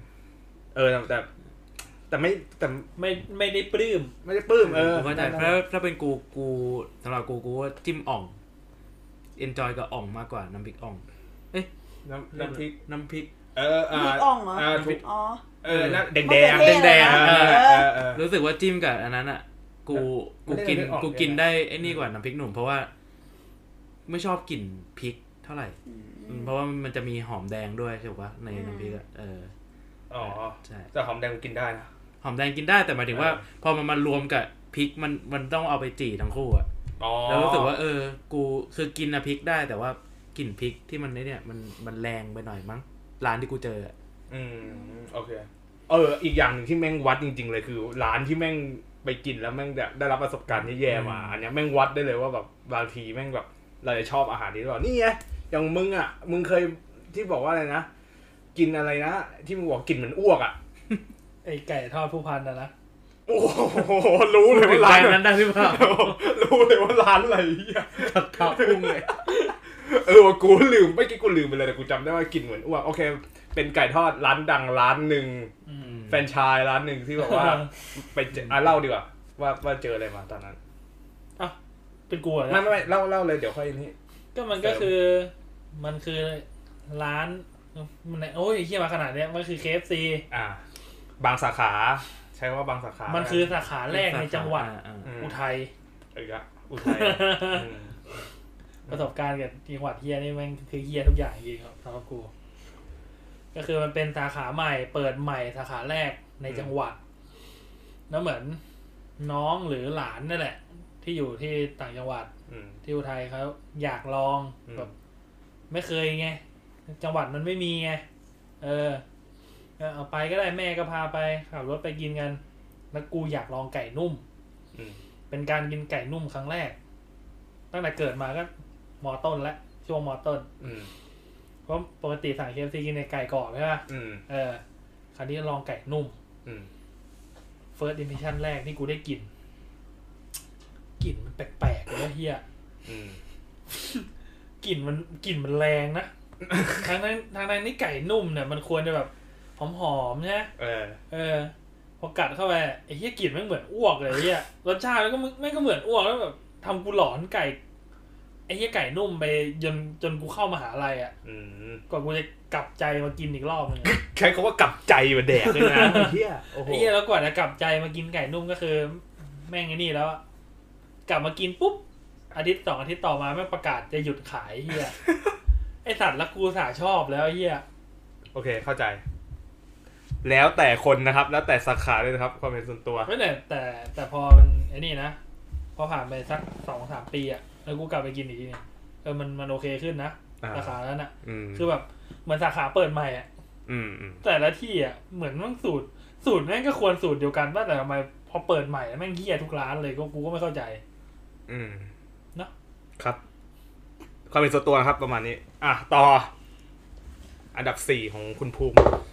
แต่ไม่ได้ปลื้มเข้าใจถ้าเป็นกูสำหรับกูว่าจิ้มอ่องเอนจอยกับอ่องมากกว่าน้ำพริกอ่องน้ำพริกอ่องเหรออ๋อแดงรู้สึกว่าจิ้มกับอันนั้นอ่ะกูกินได้ไอ้นี่กว่าน้ำพริกหนุ่มเพราะว่าไม่ชอบกลิ่นพริกเท่าไหร่เพราะว่ามันจะมีหอมแดงด้วยใช่ปะในน้ำพริกอ่ะใช่แต่หอมแดงกินได้นะหอมแดงกินได้แต่หมายถึงว่าพอมันมารวมกับพริกมันต้องเอาไปจี่ทั้งคู่อ่ะแล้วรู้สึกว่ากูคือกินพริกได้แต่ว่ากลิ่นพริกที่มันเนี่ยมันแรงไปหน่อยมั้งร้านที่กูเจอโอเคอีกอย่างนึงที่แม่งวัดจริงๆเลยคือร้านที่แม่งไปกินแล้วแม่งได้รับประสบการณ์แย่ๆมาอันนี้แม่งวัดได้เลยว่าแบบบางทีแม่งแบบเราจะชอบอาหารนี้หรือเปล่านี่ไงอย่างมึงอ่ะมึงเคยที่บอกว่าอะไรนะกินอะไรนะที่มึงบอกกินเหมือนอ้วกอ่ะไอไก่ทอดผู้พันนะโอ้โหรู้เลยว่าร้านนั้นได้หรือเปล่ารู้เลยว่าร้านอะไรข้าวพุ่งเลยว่ากูลืมไม่กี่กูลืมไปเลยแต่กูจำได้ว่ากินเหมือนอ้วกโอเคเป็นไก่ทอดร้านดังร้านหนึ่งแฟรนไชส์ร้านหนึ่งที่บอกว่าไปเล่าดีกว่าว่าเจออะไรมาตอนนั้นเป็นกูเหรอไม่เล่าเลยเดี๋ยวค่อยนี้ก็มันคือร้านมันโอ้ยเหี้ยมาขนาดเนี้ยมันคือ KFC บางสาขาใช้ว่าบางสาขามันคือสาขาแรกในจังหวัดอุทัยอุทัยประสบการณ์กับจังหวัดเหี้ยนี่แม่งคือเหี้ยทุกอย่างจริงครับสำหรับกูก็คือมันเป็นสาขาใหม่เปิดใหม่สาขาแรกในจังหวัดแล้วเหมือนน้องหรือหลานนั่นแหละที่อยู่ที่ต่างจังหวัดที่อุทัยเขาอยากลองแบบไม่เคยไงจังหวัดมันไม่มีไงเอาไปก็ได้แม่ก็พาไปขับรถไปกินกันแล้วกูอยากลองไก่นุ่มเป็นการกินไก่นุ่มครั้งแรกตั้งแต่เกิดมาก็ม.ต้นแล้วช่วงม.ต้นเพราะปกติสั่ง KFC กินในไก่กรอบใช่ป่ะคราวนี้ลองไก่นุ่มfirst impression แรกที่กูได้กลิ่นมันแปลกๆเลยเฮียกลิ่นมันแรงนะทางนั้นนี่ไก่นุ่มเนี่ยมันควรจะแบบหอมๆใช่ไหมพอกัดเข้าไปไอ้เหี้ยกลิ่นมันเหมือนอ้วกเลยเหี้ยรสชาติมันก็ไม่ก็เหมือนอ้วกแล้วแบบทำกูหลอนไก่ไอ้เหี้ยไก่นุ่มไปจนกูเข้ามหาลัยอ่ะก่อนกูจะกลับใจมากินอีกรอบนึงใช้คำว่ากลับใจมาแดกเลยนะเหี้ยไอ้เหี้ยแล้วกว่าจะกลับใจมากินไก่นุ่มก็คือแม่งไอ้นี่แล้วกลับมากินปุ๊บอาทิตย์2 อาทิตย์ต่อมาแม่งประกาศจะหยุดขายเหี้ยไอ้สัตว์ละกูสาชอบแล้วเหี้ยโอเคเข้าใจแล้วแต่คนนะครับแล้วแต่สาขาเลยนะครับความเป็นส่วนตัวไม่แต่พอมันไอ้นี่นะพอผ่านไปสัก 2-3 ปีอ่ะแล้วกูกลับไปกินอีกทีนึงมันโอเคขึ้นนะสาขานั้นอ่ะคือแบบเหมือนสาขาเปิดใหม่อ่ะแต่ละที่อ่ะเหมือนมันสูตรแม่งก็ควรสูตรเดียวกันป่ะแต่ทำไมพอเปิดใหม่แม่งเหี้ยทุกร้านเลยกูก็ไม่เข้าใจเนาะครับความเป็นส่วนตัวนะครับประมาณนี้ต่ออันดับ4ของคุณภูมิ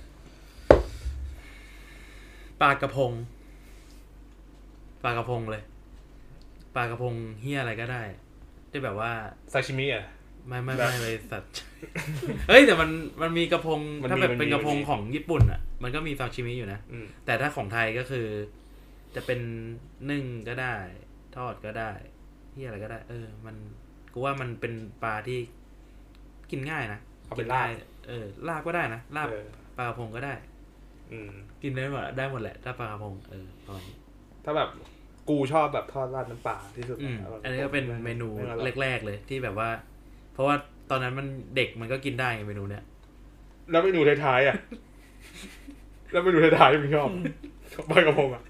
ปลากระพงเลยปลากระพงเหี้ยอะไรก็ได้ที่แบบว่าซาชิมิอ่ะไม่เลยสัตว์เฮ้ยแต่มันมีกระพงถ้าแบบเป็นกระพงของญี่ปุ่นอ่ะมันก็มีซาชิมิอยู่นะแต่ถ้าของไทยก็คือจะเป็นนึ่งก็ได้ทอดก็ได้เหี้ยอะไรก็ได้มันกูว่ามันเป็นปลาที่กินง่ายนะกินได้ลาบก็ได้นะลาบปลากระพงก็ได้กินได้หมดแหละถ้าปลากระพงตอนนี้ถ้าแบบกูชอบแบบทอดราดน้ำปลาที่สุดอันนี้ก็เป็นเมนูแรกๆเลยที่แบบว่าเพราะว่าตอนนั้นมันเด็กมันก็กินได้เมนูเนี้ยแล้วเมนูท้ายๆอ่ะแล้วเมนูท้ายๆมึงชอบปลากระพงอ่ะ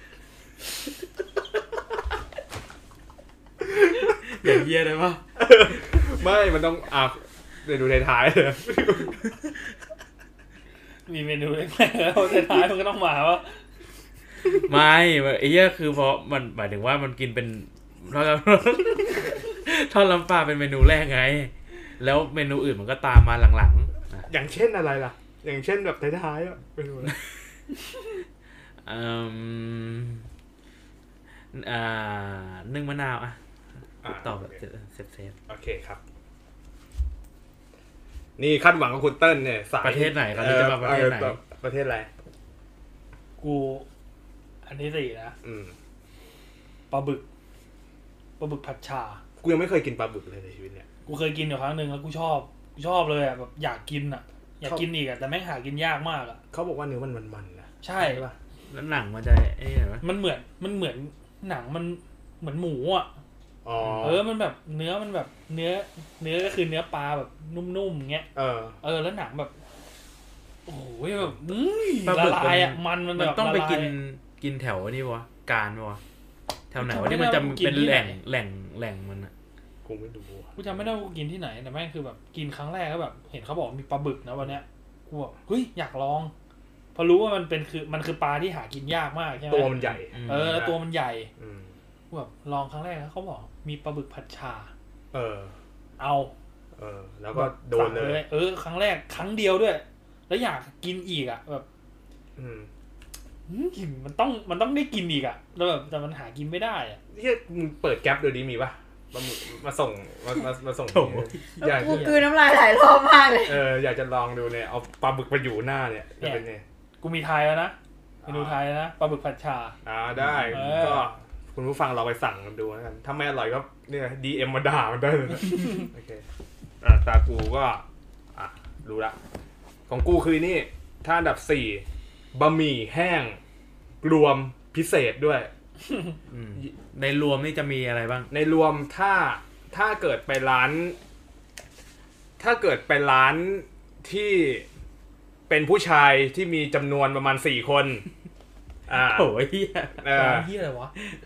อย่างเยี่ยเลยป่ะไม่มันต้องเมนูท้ายมีเมนูแรกๆแล้วท้ายมันก็ต้องมาว่าไม่ไอ้เหี้ยคือเพราะมันหมายถึงว่ามันกินเป็นทอดน้ำปลาเป็นเมนูแรกไงแล้วเมนูอื่นมันก็ตามมาหลังๆอย่างเช่นอะไรล่ะอย่างเช่นแบบท้ายๆอ่ะเมนูอะไรนึ่งมะนาวต่อแบบเซฟโอเคครับนี่คาดหวังกับคุณเติ้ลเนี่ยประเทศไหนเขาจะมาประเทศไหนประเทศอะไรกูอันที่4นะปลาบึกผัดชากูยังไม่เคยกินปลาบึกเลยในชีวิตเนี่ยกูเคยกินอยู่ครั้งนึงแล้วกูชอบเลยอ่ะแบบอยากกินอ่ะอยากกินอีกอ่ะแต่แม่งหากินยากมากอ่ะเขาบอกว่าเนื้อมันนะใช่ป่ะแล้วหนังมันจะมันเหมือนหนังมันเหมือนหมูอ่ะมันแบบเนื้อมันแบบเนื้อก็คือเนื้อปลาแบบนุ่มๆเงี้ยแล้วหนังแบบโอ้ยแบบละลายอ่ะมันแบบต้องไปกินแถวนี่วะการวะแถวไหนวะที่มันจะเป็นแหล่งมันอ่ะกูไม่ดูกูจำไม่ได้กูกินที่ไหนแต่แม่งคือแบบกินครั้งแรกก็แบบเห็นเขาบอกมีปลาบึกนะวันเนี้ยกูแบบเฮ้ยอยากลองพอรู้ว่ามันคือปลาที่หากินยากมากใช่ไหมตัวมันใหญ่แล้วตัวมันใหญ่กูแบบลองครั้งแรกแล้วเขาบอกมีปลาบึกผัดชาเอาแล้วก็โดนเลยครั้งแรกครั้งเดียวด้วยแล้วอยากกินอีกอ่ะแบบกินมันต้องได้กินอีกอ่ะแล้วแบบแต่มันหากินไม่ได้อ่ะที่มึงเปิดแก๊ปเดี๋ยวนี้มีป่ะมาส่งอยากกูคืนน้ำลายหลายรอบมากเลยอยากจะลองดูเนี่ยเอาปลาบึกมาอยู่หน้าเนี่ยจะเป็นไงกูมีไทยแล้วนะเมนูไทยนะปลาบึกผัดชาได้ก็คุณผู้ฟังเราไปสั่งกันดูแล้วกันถ้าไม่อร่อยก็เนี่ย DM มาด่ามันได้เลยโอเคตากูก็รู้ละของกูคือนี่ถ้าอันดับ4บะหมี่แห้งรวมพิเศษด้วยในรวมนี่จะมีอะไรบ้างในรวมถ้าเกิดไปร้านที่เป็นผู้ชายที่มีจำนวนประมาณ4คนโอ้ยร้านที่อะไรวะ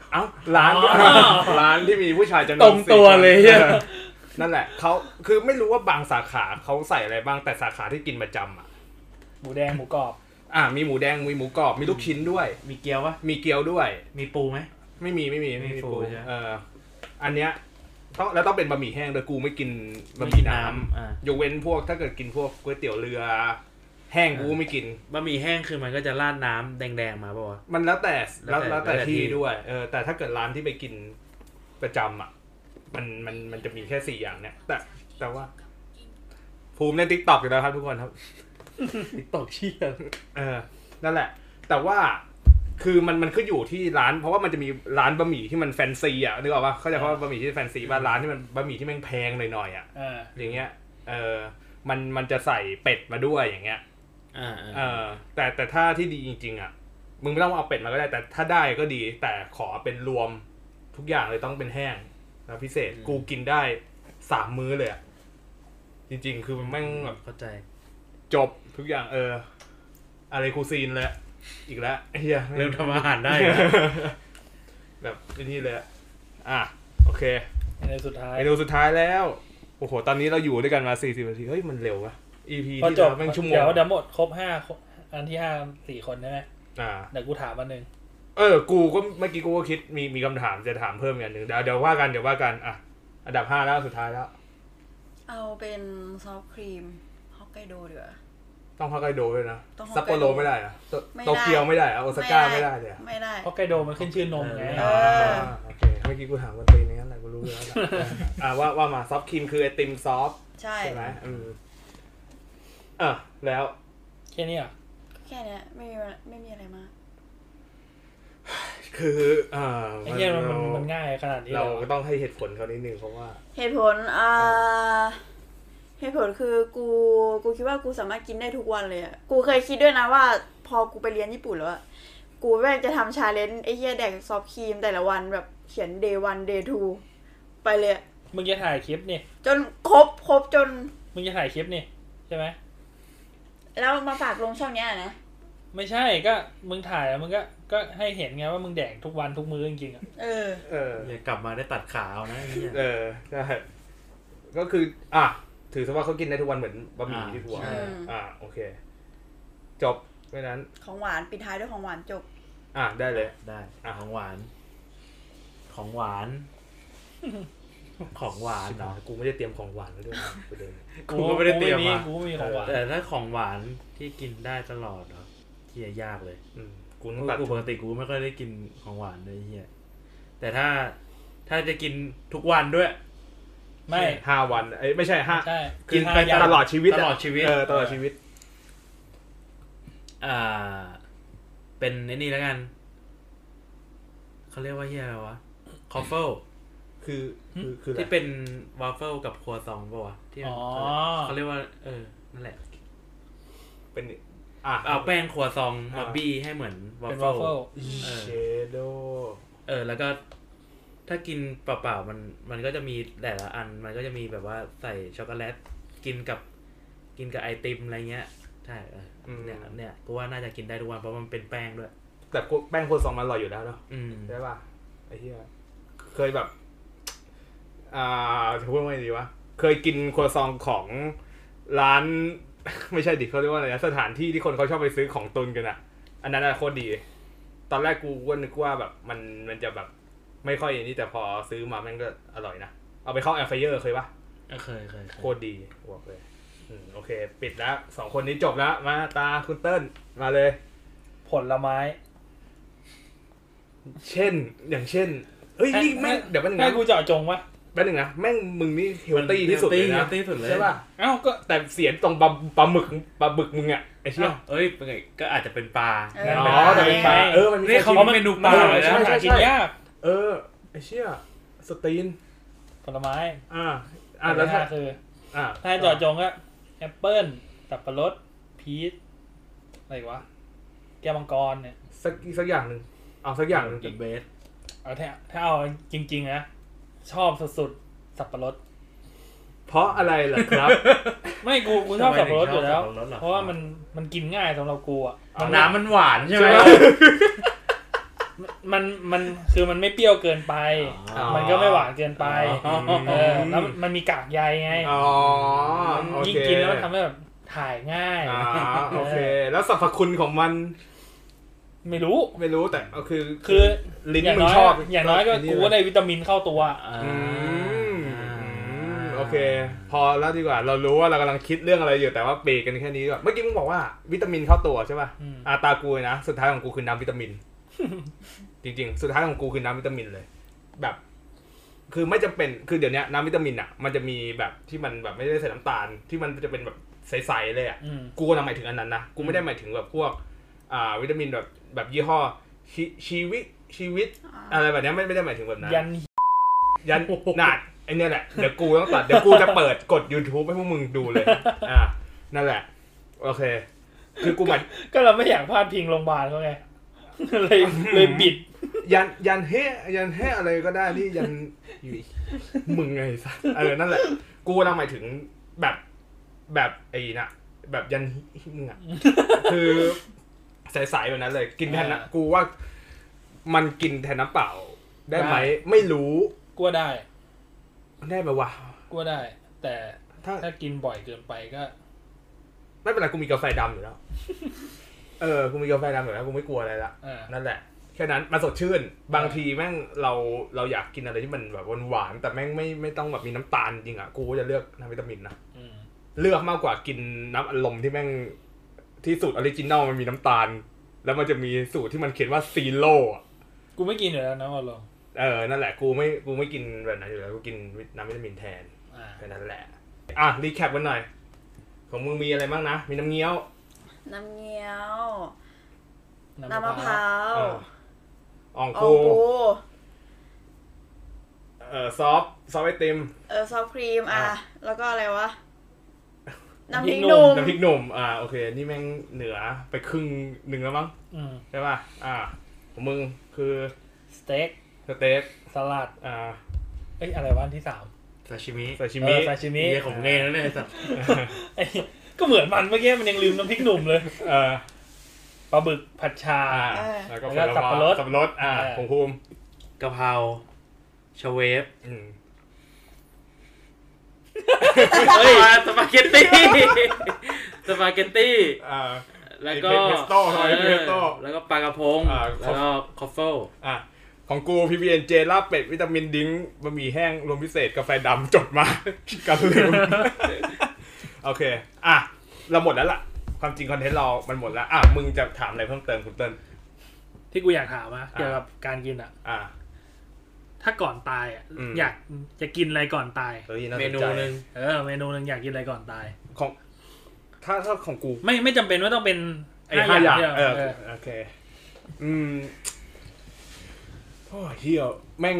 ร้านที่มีผู้ชายจำนวนตรงตัวเลยนั่นแหละเขาคือไม่รู้ว่าบางสาขาเขาใส่อะไรบ้างแต่สาขาที่กินประจำหมูแดงหมูกรอบมีหมูแดงมีหมูกรอบมีลูกชิ้นด้วยมีเกี๊ยววะมีเกี๊ยวด้วยมีปูไหมไม่มีปูอันเนี้ยต้องเป็นบะหมี่แห้งโดยกูไม่กินบะหมี่น้ำยกเว้นพวกถ้าเกิดกินพวกก๋วยเตี๋ยวเรือแแห้งกูไม่กินบะหมี่แห้งคือมันก็จะราดน้ำแดงๆมาป่าวะมันแล้วแต่ที่ด้วยแต่ถ้าเกิดร้านที่ไปกินประจำอ่ะมันจะมีแค่4อย่างเนี่ยแต่ว่าภูมิใน TikTok อยู่แล้วครับทุกคนครับ TikTok เชี่ยนั่นแหละแต่ว่าคือมันขึ้นอยู่ที่ร้านเพราะว่ามันจะมีร้านบะหมี่ที่มันแฟนซีอ่ะนึกออกป่ะเข้าใจเพราะว่าบะหมี่ที่แฟนซีบ้านร้านที่มันบะหมี่ที่แม่งแพงหน่อยๆอ่ะอย่างเงี้ยมันจะใส่เป็ดมาด้วยอย่างเงี้ยแต่ถ้าที่ดีจริงๆอ่ะมึงไม่ต้องเอาเป็ดมาก็ได้แต่ถ้าได้ก็ดีแต่ขอเป็นรวมทุกอย่างเลยต้องเป็นแห้งแล้วพิเศษกูกินได้3 มื้อเลยอ่ะจริงๆคือมันแม่งแบบเข้าใจจบทุกอย่างอะไรคูซีนเลยอีกแล้วเฮียเริ่มทำอาหารได้แบบนี่เลยโอเคเมนูสุดท้ายแล้วโอ้โหตอนนี้เราอยู่ด้วยกันมา40 นาทีเฮ้ยมันเร็ววะ EP ที่แล้วแม่งชั่วโมงเดี๋ยวหมดครบ5อันที่5 4 คนใช่ไหมเดี๋ยวกูถามอันนึงกูก็เมื่อกี้กูก็คิดมีคำถามจะถามเพิ่มอย่างนึงเดี๋ยวว่ากันอันดับ5แล้วสุดท้ายแล้วเอาเป็นซอฟต์ครีมฮอกไกโดดีกว่าต้องฮอกไกโดด้วยนะซัปโปโรไม่ได้อะโตเกียวไม่ได้โอซาก้าไม่ได้เลยไม่ได้ฮอกไกโดมันขึ้นชื่อนมไงโอเคเมื่อกี้กูถามกันตีนี้อะไรกูรู้แล้วว่ามาซอฟต์ครีมคือไอติมซอฟต์ใช่ไหมแล้วแค่นี้แค่นี้ไม่มีอะไรมากคือไอ้เนี่ยมันง่ายขนาดนี้เราก็ต้องให้เหตุผลเขานิดนึงเพราะว่าเหตุผลคือกูคิดว่ากูสามารถกินได้ทุกวันเลยอ่ะกูเคยคิดด้วยนะว่าพอกูไปเรียนญี่ปุ่นแล้วอ่ะกูแม่งจะทำชาเลนจ์ไอ้เหี้ยแดกซอฟต์ครีมแต่ละวันแบบเขียน day 1 day 2ไปเลยมึงจะถ่ายคลิปนี่จนครบจนมึงจะถ่ายคลิปนี่ใช่ไหมแล้วมาฝากลงช่องเนี้ยนะไม่ใช่ก็มึงถ่ายแล้วมึงก็ให้เห็นไงว่ามึงแดกทุกวันทุกมื้อจริงๆอ่ะอย่ากลับมาได้ตัดขาเอานะเนี่ยใช่ก็คือถือซะว่าเขากินได้ทุกวันเหมือนบะหมี่ที่ทั่วโอเคจบเพราะนั้นของหวานปิดท้ายด้วยของหวานจบได้เลยได้ของหวานของหวานเหรอกูไม่ได้เตรียมของหวานไว้ด้วยประเด็นกูก็ไม่ได้เตรียมมากูมีของหวานแต่ถ้าของหวานที่กินได้ตลอดเหรอเหี้ยยากเลยกูปกติกูไม่ค่อยได้กินของหวานเลยเหี้ยแต่ถ้าจะกินทุกวันด้วยไม่ 5 วันไม่ใช่ 5 กินไปตลอดชีวิตตลอดชีวิตเป็นไอ้นี่แล้วกันเขาเรียกว่าเหี้ยอะไรวะคอฟเฟิลคือที่เป็นวาฟเฟิลกับครัวซองป่ะวะที่เขาเรียกว่านั่นแหละเป็นเอาแป้งครัวซองมาบี้ให้เหมือนวาฟเฟิลเชโดแล้วก็ถ้ากินเปล่าๆมันก็จะมีแต่ละอันมันก็จะมีแบบว่าใส่ช็อกโกแลตกินกับไอติมอะไรเงี้ยใช่เนี่ยกูว่าน่าจะกินได้ทุกวันเพราะมันเป็นแป้งด้วยแต่แป้งครัวซองมันอร่อยอยู่แล้วเนาะใช่ป่ะไอ้เหี้ยเคยแบบจะพูดว่าไงดีวะเคยกินครัวซองของร้านไม่ใช่ดิเขาเรียกว่าอะไรนะสถานที่ที่คนเขาชอบไปซื้อของตุนกันอ่ะอันนั้นโคตรดีตอนแรกกูก็นึกว่าแบบมันจะแบบไม่ค่อยอย่างนี้แต่พอซื้อมาแม่งก็อร่อยนะเอาไปเข้าแอร์ไฟเออร์เคยปะเคยโคตรดีบอกเลยโอเคปิดแล้ว2 คนนี้จบแล้วมาตาคุณเติ้ลมาเลยผลไม้อย่างเช่นเฮ้ยนี่แม่งเดี๋ยวแป๊บนึงนะให้กูเจาะจงวะแป๊บนึงนะแม่งมึงนี่เฮลตี้ที่สุดเลยนะใช่ป่ะก็แต่เสียงตรงปลาหมึกมึงอ่ะไอ้เชี่ยก็อาจจะเป็นปลาแต่เป็นปลามันไม่เขาเมนูปลาเลยนะหากินยากไอ้เชี่ยสตีนผลไม้แล้วถ้าคือถ้าเจาะจงก็แอปเปิ้ลสับปะรดพีชอะไรวะแก้วมังกรเนี่ยสักอย่างนึงเอาสักอย่างนึงเบสถ้าเอาจริงๆนะชอบสุดๆสับปะรดเพราะอะไรล่ะครับไม่กูชอบสับปะรดอยู่แล้วเพราะว่ามันกินง่ายสำหรับกูอ่ะน้ำมันหวานใช่ไหมมันคือมันไม่เปรี้ยวเกินไปมันก็ไม่หวานเกินไปแล้วมันมีกากใยไงยิ่งกินแล้วมันทำให้แบบถ่ายง่ายโอเคแล้วสรรพคุณของมันไม่รู้แต่คือลิ้นมึงชอบอย่างน้อยก็กูก็ได้วิตามินเข้าตัวโอเคพอแล้วดีกว่าเรารู้ว่าเรากำลังคิดเรื่องอะไรอยู่แต่ว่าเบรกกันแค่นี้ก่อนเมื่อกี้มึงบอกว่าวิตามินเข้าตัวใช่ป่ะตากูนะสุดท้ายของกูคือน้ำวิตามิน จริงๆสุดท้ายของกูคือน้ำวิตามินเลยแบบคือไม่จำเป็นคือเดี๋ยวนี้น้ำวิตามินอ่ะมันจะมีแบบที่มันแบบไม่ได้ใส่น้ำตาลที่มันจะเป็นแบบใสๆเลยอ่ะกูกำลังหมายถึงอันนั้นนะกูไม่ได้หมายถึงแบบพวกวิตามินแบบยี่ห้อชีวิตอะไรแบบนี้ไม่ได้หมายถึงแบบนั้นยันนาดไอเนี่ยแหละเดี๋ยวกูต้องตัดเดี๋ยวกูจะเปิดกด YouTube ให้พวกมึงดูเลยนั่นแหละโอเคคือกูหมายก็เราไม่อยากพลาดพิงโรงพยาบาลเขาไงเลยบิดยันเฮอะไรก็ได้ที่ยันมึงไงซะนั่นแหละกูกำลังหมายถึงแบบไอ้น่ะแบบยันมึงอ่ะคือใสๆแบบนั้นเลยกินแทนนะกูว่ามันกินแทนน้ำเปล่าได้ไหมไม่รู้กูว่าได้ไหมวะกูว่าได้แต่ถ้ากินบ่อยเกินไปก็ไม่เป็นไรกูมีกาแฟดำอยู่แล้วกูมีกาแฟดำอยู่แล้วกูไม่กลัวอะไรละนั่นแหละแค่นั้นมาสดชื่นบางทีแม่งเราอยากกินอะไรที่มันแบบหวานแต่แม่งไม่ต้องแบบมีน้ำตาลจริงอ่ะกูจะเลือกน้ำวิตามินนะเลือกมากกว่ากินน้ำอัดลมที่แม่งที่สูตรออริจินัลมันมีน้ำตาลแล้วมันจะมีสูตรที่มันเขียนว่าซีโร่กูไม่กินอยู่แล้วน้ำอัดลมนั่นแหละกูไม่กินแบบนั้นอยู่แล้วกูกินน้ำวิตามินแทนแค่นั้นแหละรีแคปกันหน่อยของมึงมีอะไรบ้างนะมีน้ำเงี้ยวน้ำมะพร้าวอ่องปูซอฟไอติมซอฟครีมแล้วก็อะไรวะน้ำพริกหนุ่มโอเคนี่แม่งเหนือไปครึ่งหนึ่งแล้วมั้งใช่ป่ะของมึงคือสเต็กสลัดอะไรวะที่3 ซาชิมิของเงยนั่นเลยสัตว์ก็เหมือนมันเมื่อกี้มันยังลืมน้ำพริกหนุ่มเลยปลาบึกผัดชาแล้วก็สับปะรดของภูมิกะเพราชเวฟเฮ้ยสปาเกตตี้แล้วก็เพสโต้แล้วก็ปลากระพงแล้วก็คอฟเฟิลของกู PBNJ ลาบเป็ดวิตามินดิ้งบะหมี่แห้งรวมพิเศษกาแฟดำจดมากันลืมโอเคเราหมดแล้วล่ะความจริงคอนเทนต์เรามันหมดแล้วมึงจะถามอะไรเพิ่มเติมคุณเติ้ลที่กูอยากถามเกี่ยวกับการกินถ้าก่อนตายอยากจะกินอะไรก่อนตายเมนูนึงเมนูนึงอยากกินอะไรก่อนตายของถ้าของกูไม่จำเป็นว่าต้องเป็น 5 อย่างโอเคโอ้เหี้ยแม่ง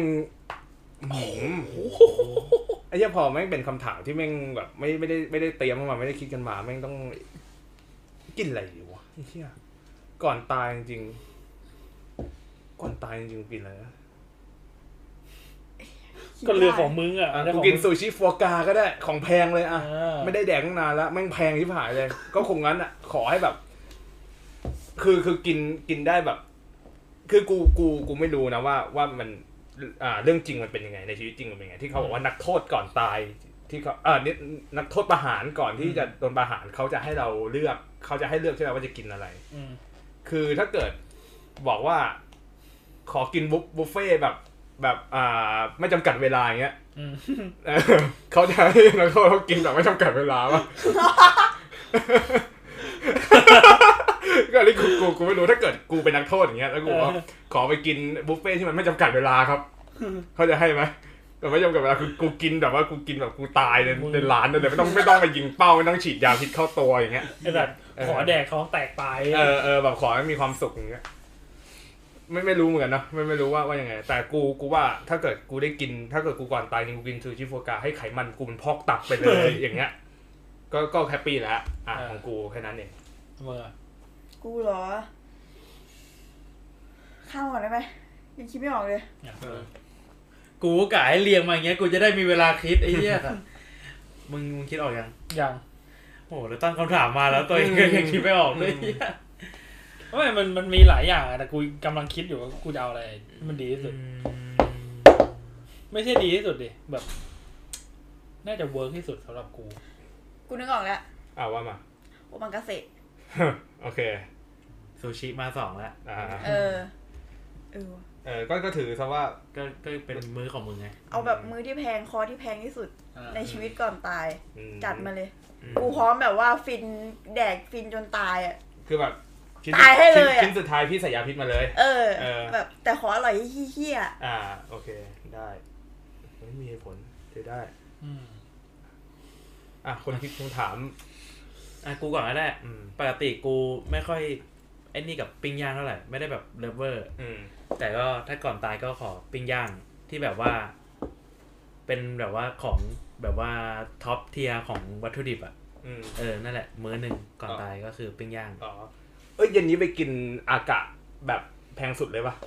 ไอ้เหี้ยพอแม่งเป็นคำถามที่แม่งแบบไม่ได้เตรียมมาไม่ได้คิดกันมาแม่งต้องกินอะไรดีวะไอ้เหี้ยก่อนตายจริงกินอะไรก็เรื่องของมึงกูกินซูชิฟัวกราก็ได้ของแพงเลยไม่ได้แดกตั้งนานแล้วแม่งแพงที่ผายเลยก็คงงั้นขอให้แบบคือกินได้แบบคือกูไม่รู้นะว่ามันเรื่องจริงมันเป็นยังไงในชีวิตจริงมันเป็นยังไงที่เขาบอกว่านักโทษก่อนตายที่เขานี่นักโทษประหารก่อนที่จะโดนประหารเขาจะให้เราเลือกใช่ไหมว่าจะกินอะไรคือถ้าเกิดบอกว่าขอกินบุฟเฟ่แบบไม่จำกัดเวลาอย่างเงี้ยเขาจะให้นักโทษเขากินแบบไม่จำกัดเวลาป่ะก็นี่กูไม่รู้ถ้าเกิดกูเป็นนักโทษอย่างเงี้ยแล้วกูว่าขอไปกินบุฟเฟ่ที่มันไม่จำกัดเวลาครับเขาจะให้ไหมแบบไม่จำกัดเวลาคือกูกินแบบว่ากูกินแบบกูตายในร้านเลยไม่ต้องไปยิงเป้าไม่ต้องฉีดยาพิษเข้าตัวอย่างเงี้ยแบบขอแดกท้องแตกตายแบบขอให้มีความสุขอย่างเงี้ยไม่รู้เหมือนกันนะไม่รู้ว่ายังไงแต่กูว่าถ้าเกิดกูได้กินถ้าเกิดกูก่อนตายกูกินซูชิฟัวกราให้ไขมันกูมันพอกตับไปเลยอย่างเงี้ยก็แฮปปี้แล้วของกูแค่นั้นเองกูเหรอข้าวก่อนได้ไหมยังคิดไม่ออกเลยกูกะให้เรียงมาอย่างเงี้ยกูจะได้มีเวลาคิดไอ้เหี้ยมึงคิดออกยังโอ้แล้วตั้งคำถามมาแล้วตัวเองก็ยังคิดไม่ออกเลยไม่มันมีหลายอย่างแต่กูกำลังคิดอยู่ว่ากูจะเอาอะไรมันดีที่สุดไม่ใช่ดีที่สุดดิแบบน่าจะเวิร์กที่สุดสำหรับกูนึกออกแล้วว่ามาโอมังกาเสะโอเคซูชิมา2แล้วก็ถือซะว่าก็เป็นมื้อของมึงไงเอาแบบมื้อที่แพงคอที่แพงที่สุดในชีวิตก่อนตายจัดมาเลยกูพร้อมแบบว่าฟินแดกฟินจนตายอ่ะคือแบบตายให้เลยชิ้นสุดท้ายพี่ใส่ยาพิษมาเลยแบบแต่ขออร่อยเฮี้ยโอเคได้ไม่มีผลถือได้คนคิดคงถามกูก่อนก็ได้ปกติกูไม่ค่อยไอ้นี่กับปิ้งย่างเท่าไหร่ไม่ได้แบบเลิฟเวอร์แต่ก็ถ้าก่อนตายก็ขอปิ้งย่างที่แบบว่าเป็นแบบว่าของแบบว่าท็อปเทียร์ของวัตถุดิบนั่นแหละมื้อนึงก่อนตายก็คือปิ้งย่างเย็นนี้ไปกินอากะแบบแพงสุดเลยป่ะ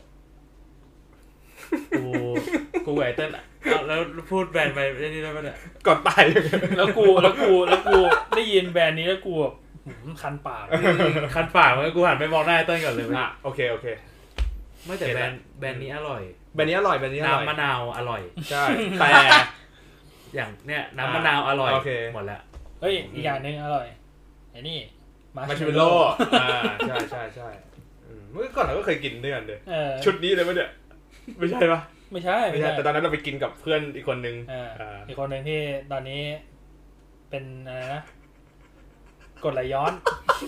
กูไอ้เติ้ลแล้วพูดแบรนด์ไปได้นี่ได้ป่ะเนี่ยก่อนตายแล้วกูได้ยินแบรนด์นี้แล้วกูแบบคันปากแล้วกูหันไปมองหน้าเติ้ลก่อนเลยโอเคไม่แต่แบรนด์นี้อร่อยน้ำมะนาวอร่อยใช่แต่อย่างเนี้ยน้ำมะนาวอร่อยหมดแล้วเฮ้ยอีกอย่างนึงอร่อยไอ้นี่มาร์ชเมลโล่ใช่เมื่อก่อนเราก็เคยกินด้วยกันเลยชุดนี้เลยมั้ยเนี่ยไม่ใช่ปะไม่ใช่แต่ตอนนั้นเราไปกินกับเพื่อนอีกคนนึงอีกคนนึงที่ตอนนี้เป็นอะไรนะกดไหลย้อน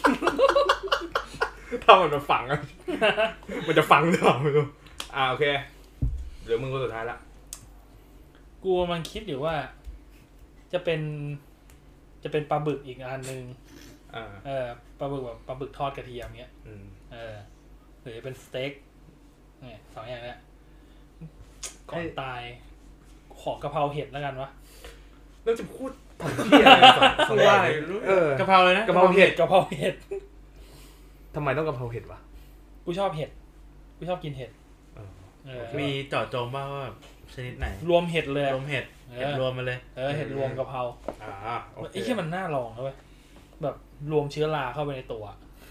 ถ้ามันมาฝังมันจะฝังหรือเปล่าไม่รู้โอเคเดี๋ยวมึงคนสุดท้ายละกูมันคิดอยู่ว่าจะเป็นปลาบึกอีกอันนึงปลาบึกแบบปลาบึกทอดกระเทียมเงี้ยหรือเป็นสเต็กเนี่ยสองอย่างเนี้ยก่อนตายขอกะเพราเห็ดแล้วกันวะเราจะพูดทำเพี้ยอะไรสองอย่างกะเพราเลยนะกะเพราเห็ดทำไมต้องกะเพราเห็ดวะกูชอบเห็ดกูชอบกินเห็ดมีเจาะจงบ้างว่าชนิดไหนรวมเห็ดเลยรวมเห็ดรวมมาเลยเห็ดรวมกะเพราไอ้ที่มันน่าลองนะเว้ยแบบรวมเชื้อราเข้าไปในตัว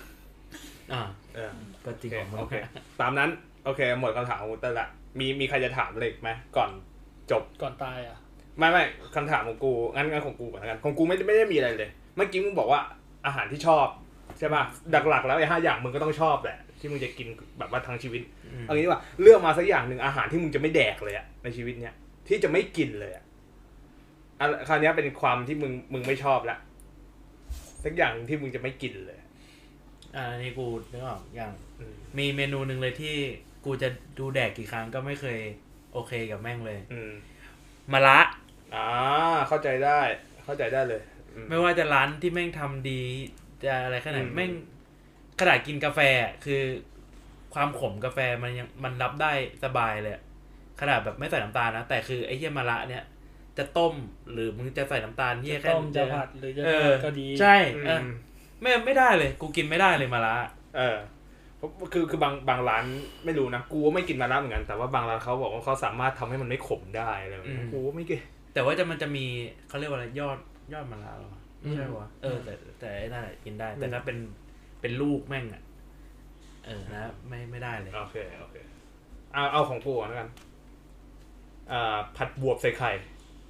ก็จริงของมึงโอเคตามนั้นโอเคหมดคำถามของกูละมีใครจะถามอะไรอีกไหมก่อนจบก่อนตายไม่คำถามของกูงั้นของกูก่อนแล้วกันของกูไม่ได้มีอะไรเลยเมื่อกี้มึงบอกว่าอาหารที่ชอบใช่ป่ะหลักๆแล้วไอ้5อย่างมึงก็ต้องชอบแหละที่มึงจะกินแบบว่าทั้งชีวิตเอางี้ว่าเลือกมาสักอย่างนึงอาหารที่มึงจะไม่แดกเลยในชีวิตเนี้ยที่จะไม่กินเลยคราวนี้เป็นความที่มึงไม่ชอบละสักอย่างที่มึงจะไม่กินเลยนี่กูนึกออกอย่างมีเมนูนึงเลยที่กูจะดูแดกกี่ครั้งก็ไม่เคยโอเคกับแม่งเลยมะระเข้าใจได้เลยไม่ว่าจะร้านที่แม่งทำดีจะอะไรขนาดแม่งขนาดกินกาแฟคือความขมกาแฟมันรับได้สบายเลยขนาดแบบไม่ใส่น้ำตาลนะแต่คือไอ้เหี้ยมะระเนี่ยจะต้มหรือมึงจะใส่น้ำตาลเหี้ยแค่ต้มจะผัดหรือจะก็ดีใช่ไม่ได้เลยกูกินไม่ได้เลยมะระคือบางร้านไม่รู้นะกูไม่กินมะระเหมือนกันแต่ว่าบางร้านเขาบอกว่าเขาสามารถทำให้มันไม่ขมได้อะไรแบบนี้กูไม่กินแต่ว่ามันจะมีเขาเรียกว่าอะไรยอดมะระหรอไม่ใช่วะแต่นั่นแหละกินได้แต่ถ้าเป็นลูกแม่งนะไม่ได้เลยโอเคเอาของกูก่อนแล้วกันผัดบวบใส่ไข่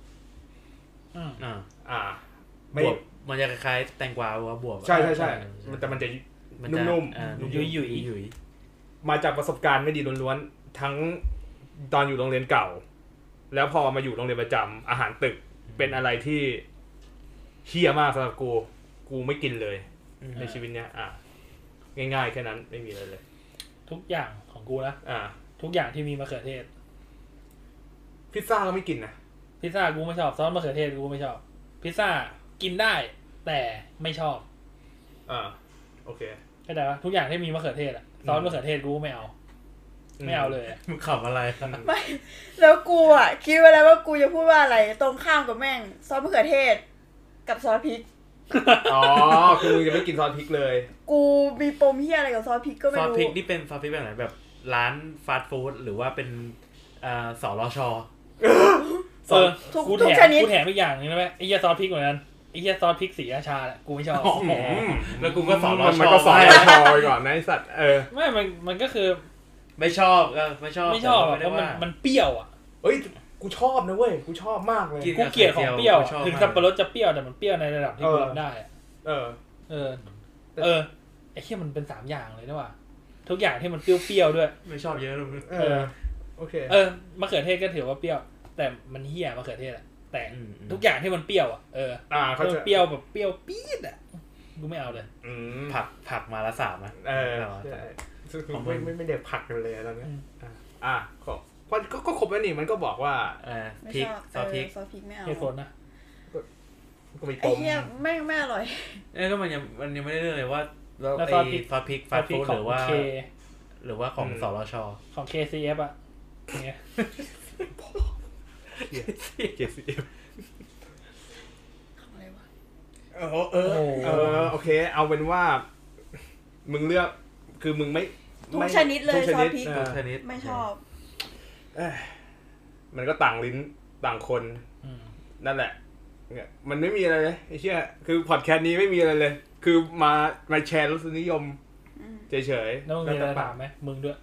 บวบมันจะคล้ายๆแตงกวาว่าบวบใช่แต่มันจะนุ่มยุ่ยมาจากประสบการณ์ไม่ดีล้วนๆทั้งตอนอยู่โรงเรียนเก่าแล้วพอมาอยู่โรงเรียนประจำอาหารตึกเป็นอะไรที่เหี้ยมากสำหรับกูไม่กินเลยในชีวิตเนี้ยง่ายๆแค่นั้นไม่มีอะไรเลยทุกอย่างของกูนะทุกอย่างที่มีมะเขือเทศพิซซ่าก็ไม่กินนะพิซซ่ากูไม่ชอบซอสมะเขือเทศกูไม่ชอบพิซซ่ากินได้แต่ไม่ชอบโอเคเข้าใจปะทุกอย่างที่มีมะเขือเทศซอสมะเขือเทศกูไม่เอาเลยมึงขับอะไรไม่แล้วกูคิดไว้แล้วว่ากูจะพูดว่าอะไรตรงข้ามกับแม่งซอสมะเขือเทศกับซอสพริกคือมึงจะไม่กินซอสพริกเลยกูมีปมเหี้ยอะไรกับซอสพริกก็ไม่รู้ซอสพริกนี่เป็นซอสพริกแบบไหนแบบร้านฟาสต์ฟู้ดหรือว่าเป็นสรช. กูแถมอีกอย่างนึงนะเว้ยไอ้เหี้ยซอสพริกเหมือนกันไอ้เหี้ยซอสพริกสีราชาแหละกูไม่ชอบแล้วกูก็สรช. มันก็สรช.ไปก่อนนะไอ้สัตว์ไม่มันก็คือไม่ชอบไม่ชอบเพราะมันเปรี้ยวเฮ้ยกูชอบนะเว้ยกูชอบมากเลยกูเกลียดของเปรี้ยวถึงสับปะรดจะเปรี้ยวแต่มันเปรี้ยวในระดับที่กูรับได้ไอ้เหี้ยมันเป็น3อย่างเลยนะว่ะทุกอย่างที่มันเปรี้ยวๆด้วยไม่ชอบเยอะเลยโอเคมะเขือเทศก็ถือว่าเปรี้ยวแต่มันเหี้ยมะเขือเทศอะแต่ทุกอย่างที่มันเปรี้ยวอะเขาจะเปรี้ยวแบบเปรี้ยวปี๊ดอะกูไม่เอาเลยผักมาละ3นะไม่ได้ผักกันเลยตอนนี้ก็ครบแล้วนี่มันก็บอกว่าพริกซอสพริกไม่เอาเหตุผลนะก็มีปมไม่อร่อยก็มันยังไม่ได้เรื่องเลยว่าแล้วไอ้ซอสพริกฟาสต์ฟู้ดหรือว่าของสรช. ของ KCF อ่ะเนี่ย KCF อะไรวะโอเคเอาเป็นว่ามึงเลือกคือมึงไม่ทุกชนิดเลยซอสพริกไม่ชอบมันก็ต่างลิ้นต่างคนนั่นแหละมันไม่มีอะไรเลยไอ้เหี้ยคือพอดแคสต์นี้ไม่มีอะไรเลยคือมาแชร์รสนิยมเฉยๆแล้วมึงมีอะไรถามไหมมึงด้วย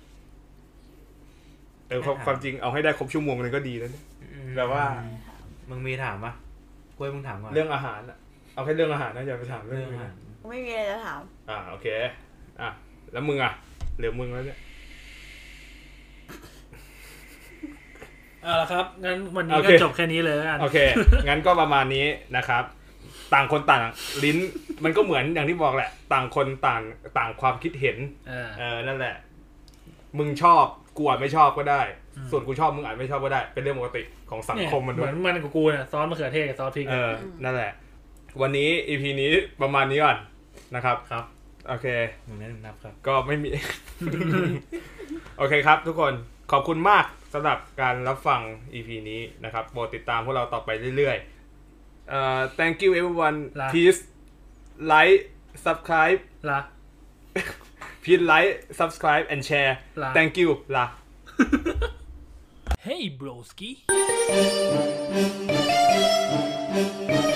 ความจริงเอาให้ได้ครบชั่วโมงนึงก็ดีแล้วแบบว่ามึงมีถามปะกล้วยมึงถามก่อนเรื่องอาหารอ่ะเอาแค่เรื่องอาหารนะอย่าไปถามเรื่องอาหารไม่มีอะไรจะถามโอเคแล้วมึงอ่ะเหลือมึงแล้วเนี่ยเอาละครับงั้นวันนี้ก็จบแค่นี้เลยแล้วกันโอเคงั้นก็ประมาณนี้นะครับต่างคนต่างลิ้นมันก็เหมือนอย่างที่บอกแหละต่างคนต่างความคิดเห็นนั่นแหละมึงชอบกูอาจไม่ชอบก็ได้ส่วนกูชอบมึงอาจไม่ชอบก็ได้เป็นเรื่องปกติของสังคมมันด้วยเหมือนมันกับกูเนี่ยซอสมะเขือเทศกับซอสพริกนั่นแหละวันนี้ EP นี้ประมาณนี้ก่อนนะครับครับโอเคมึงนับครับก็ไม่มี โอเคครับทุกคนขอบคุณมากสำหรับการรับฟัง EP นี้นะครับโปรดติดตามพวกเราต่อไปเรื่อยๆthank you everyone please like subscribe please like subscribe and share thank you Hey broski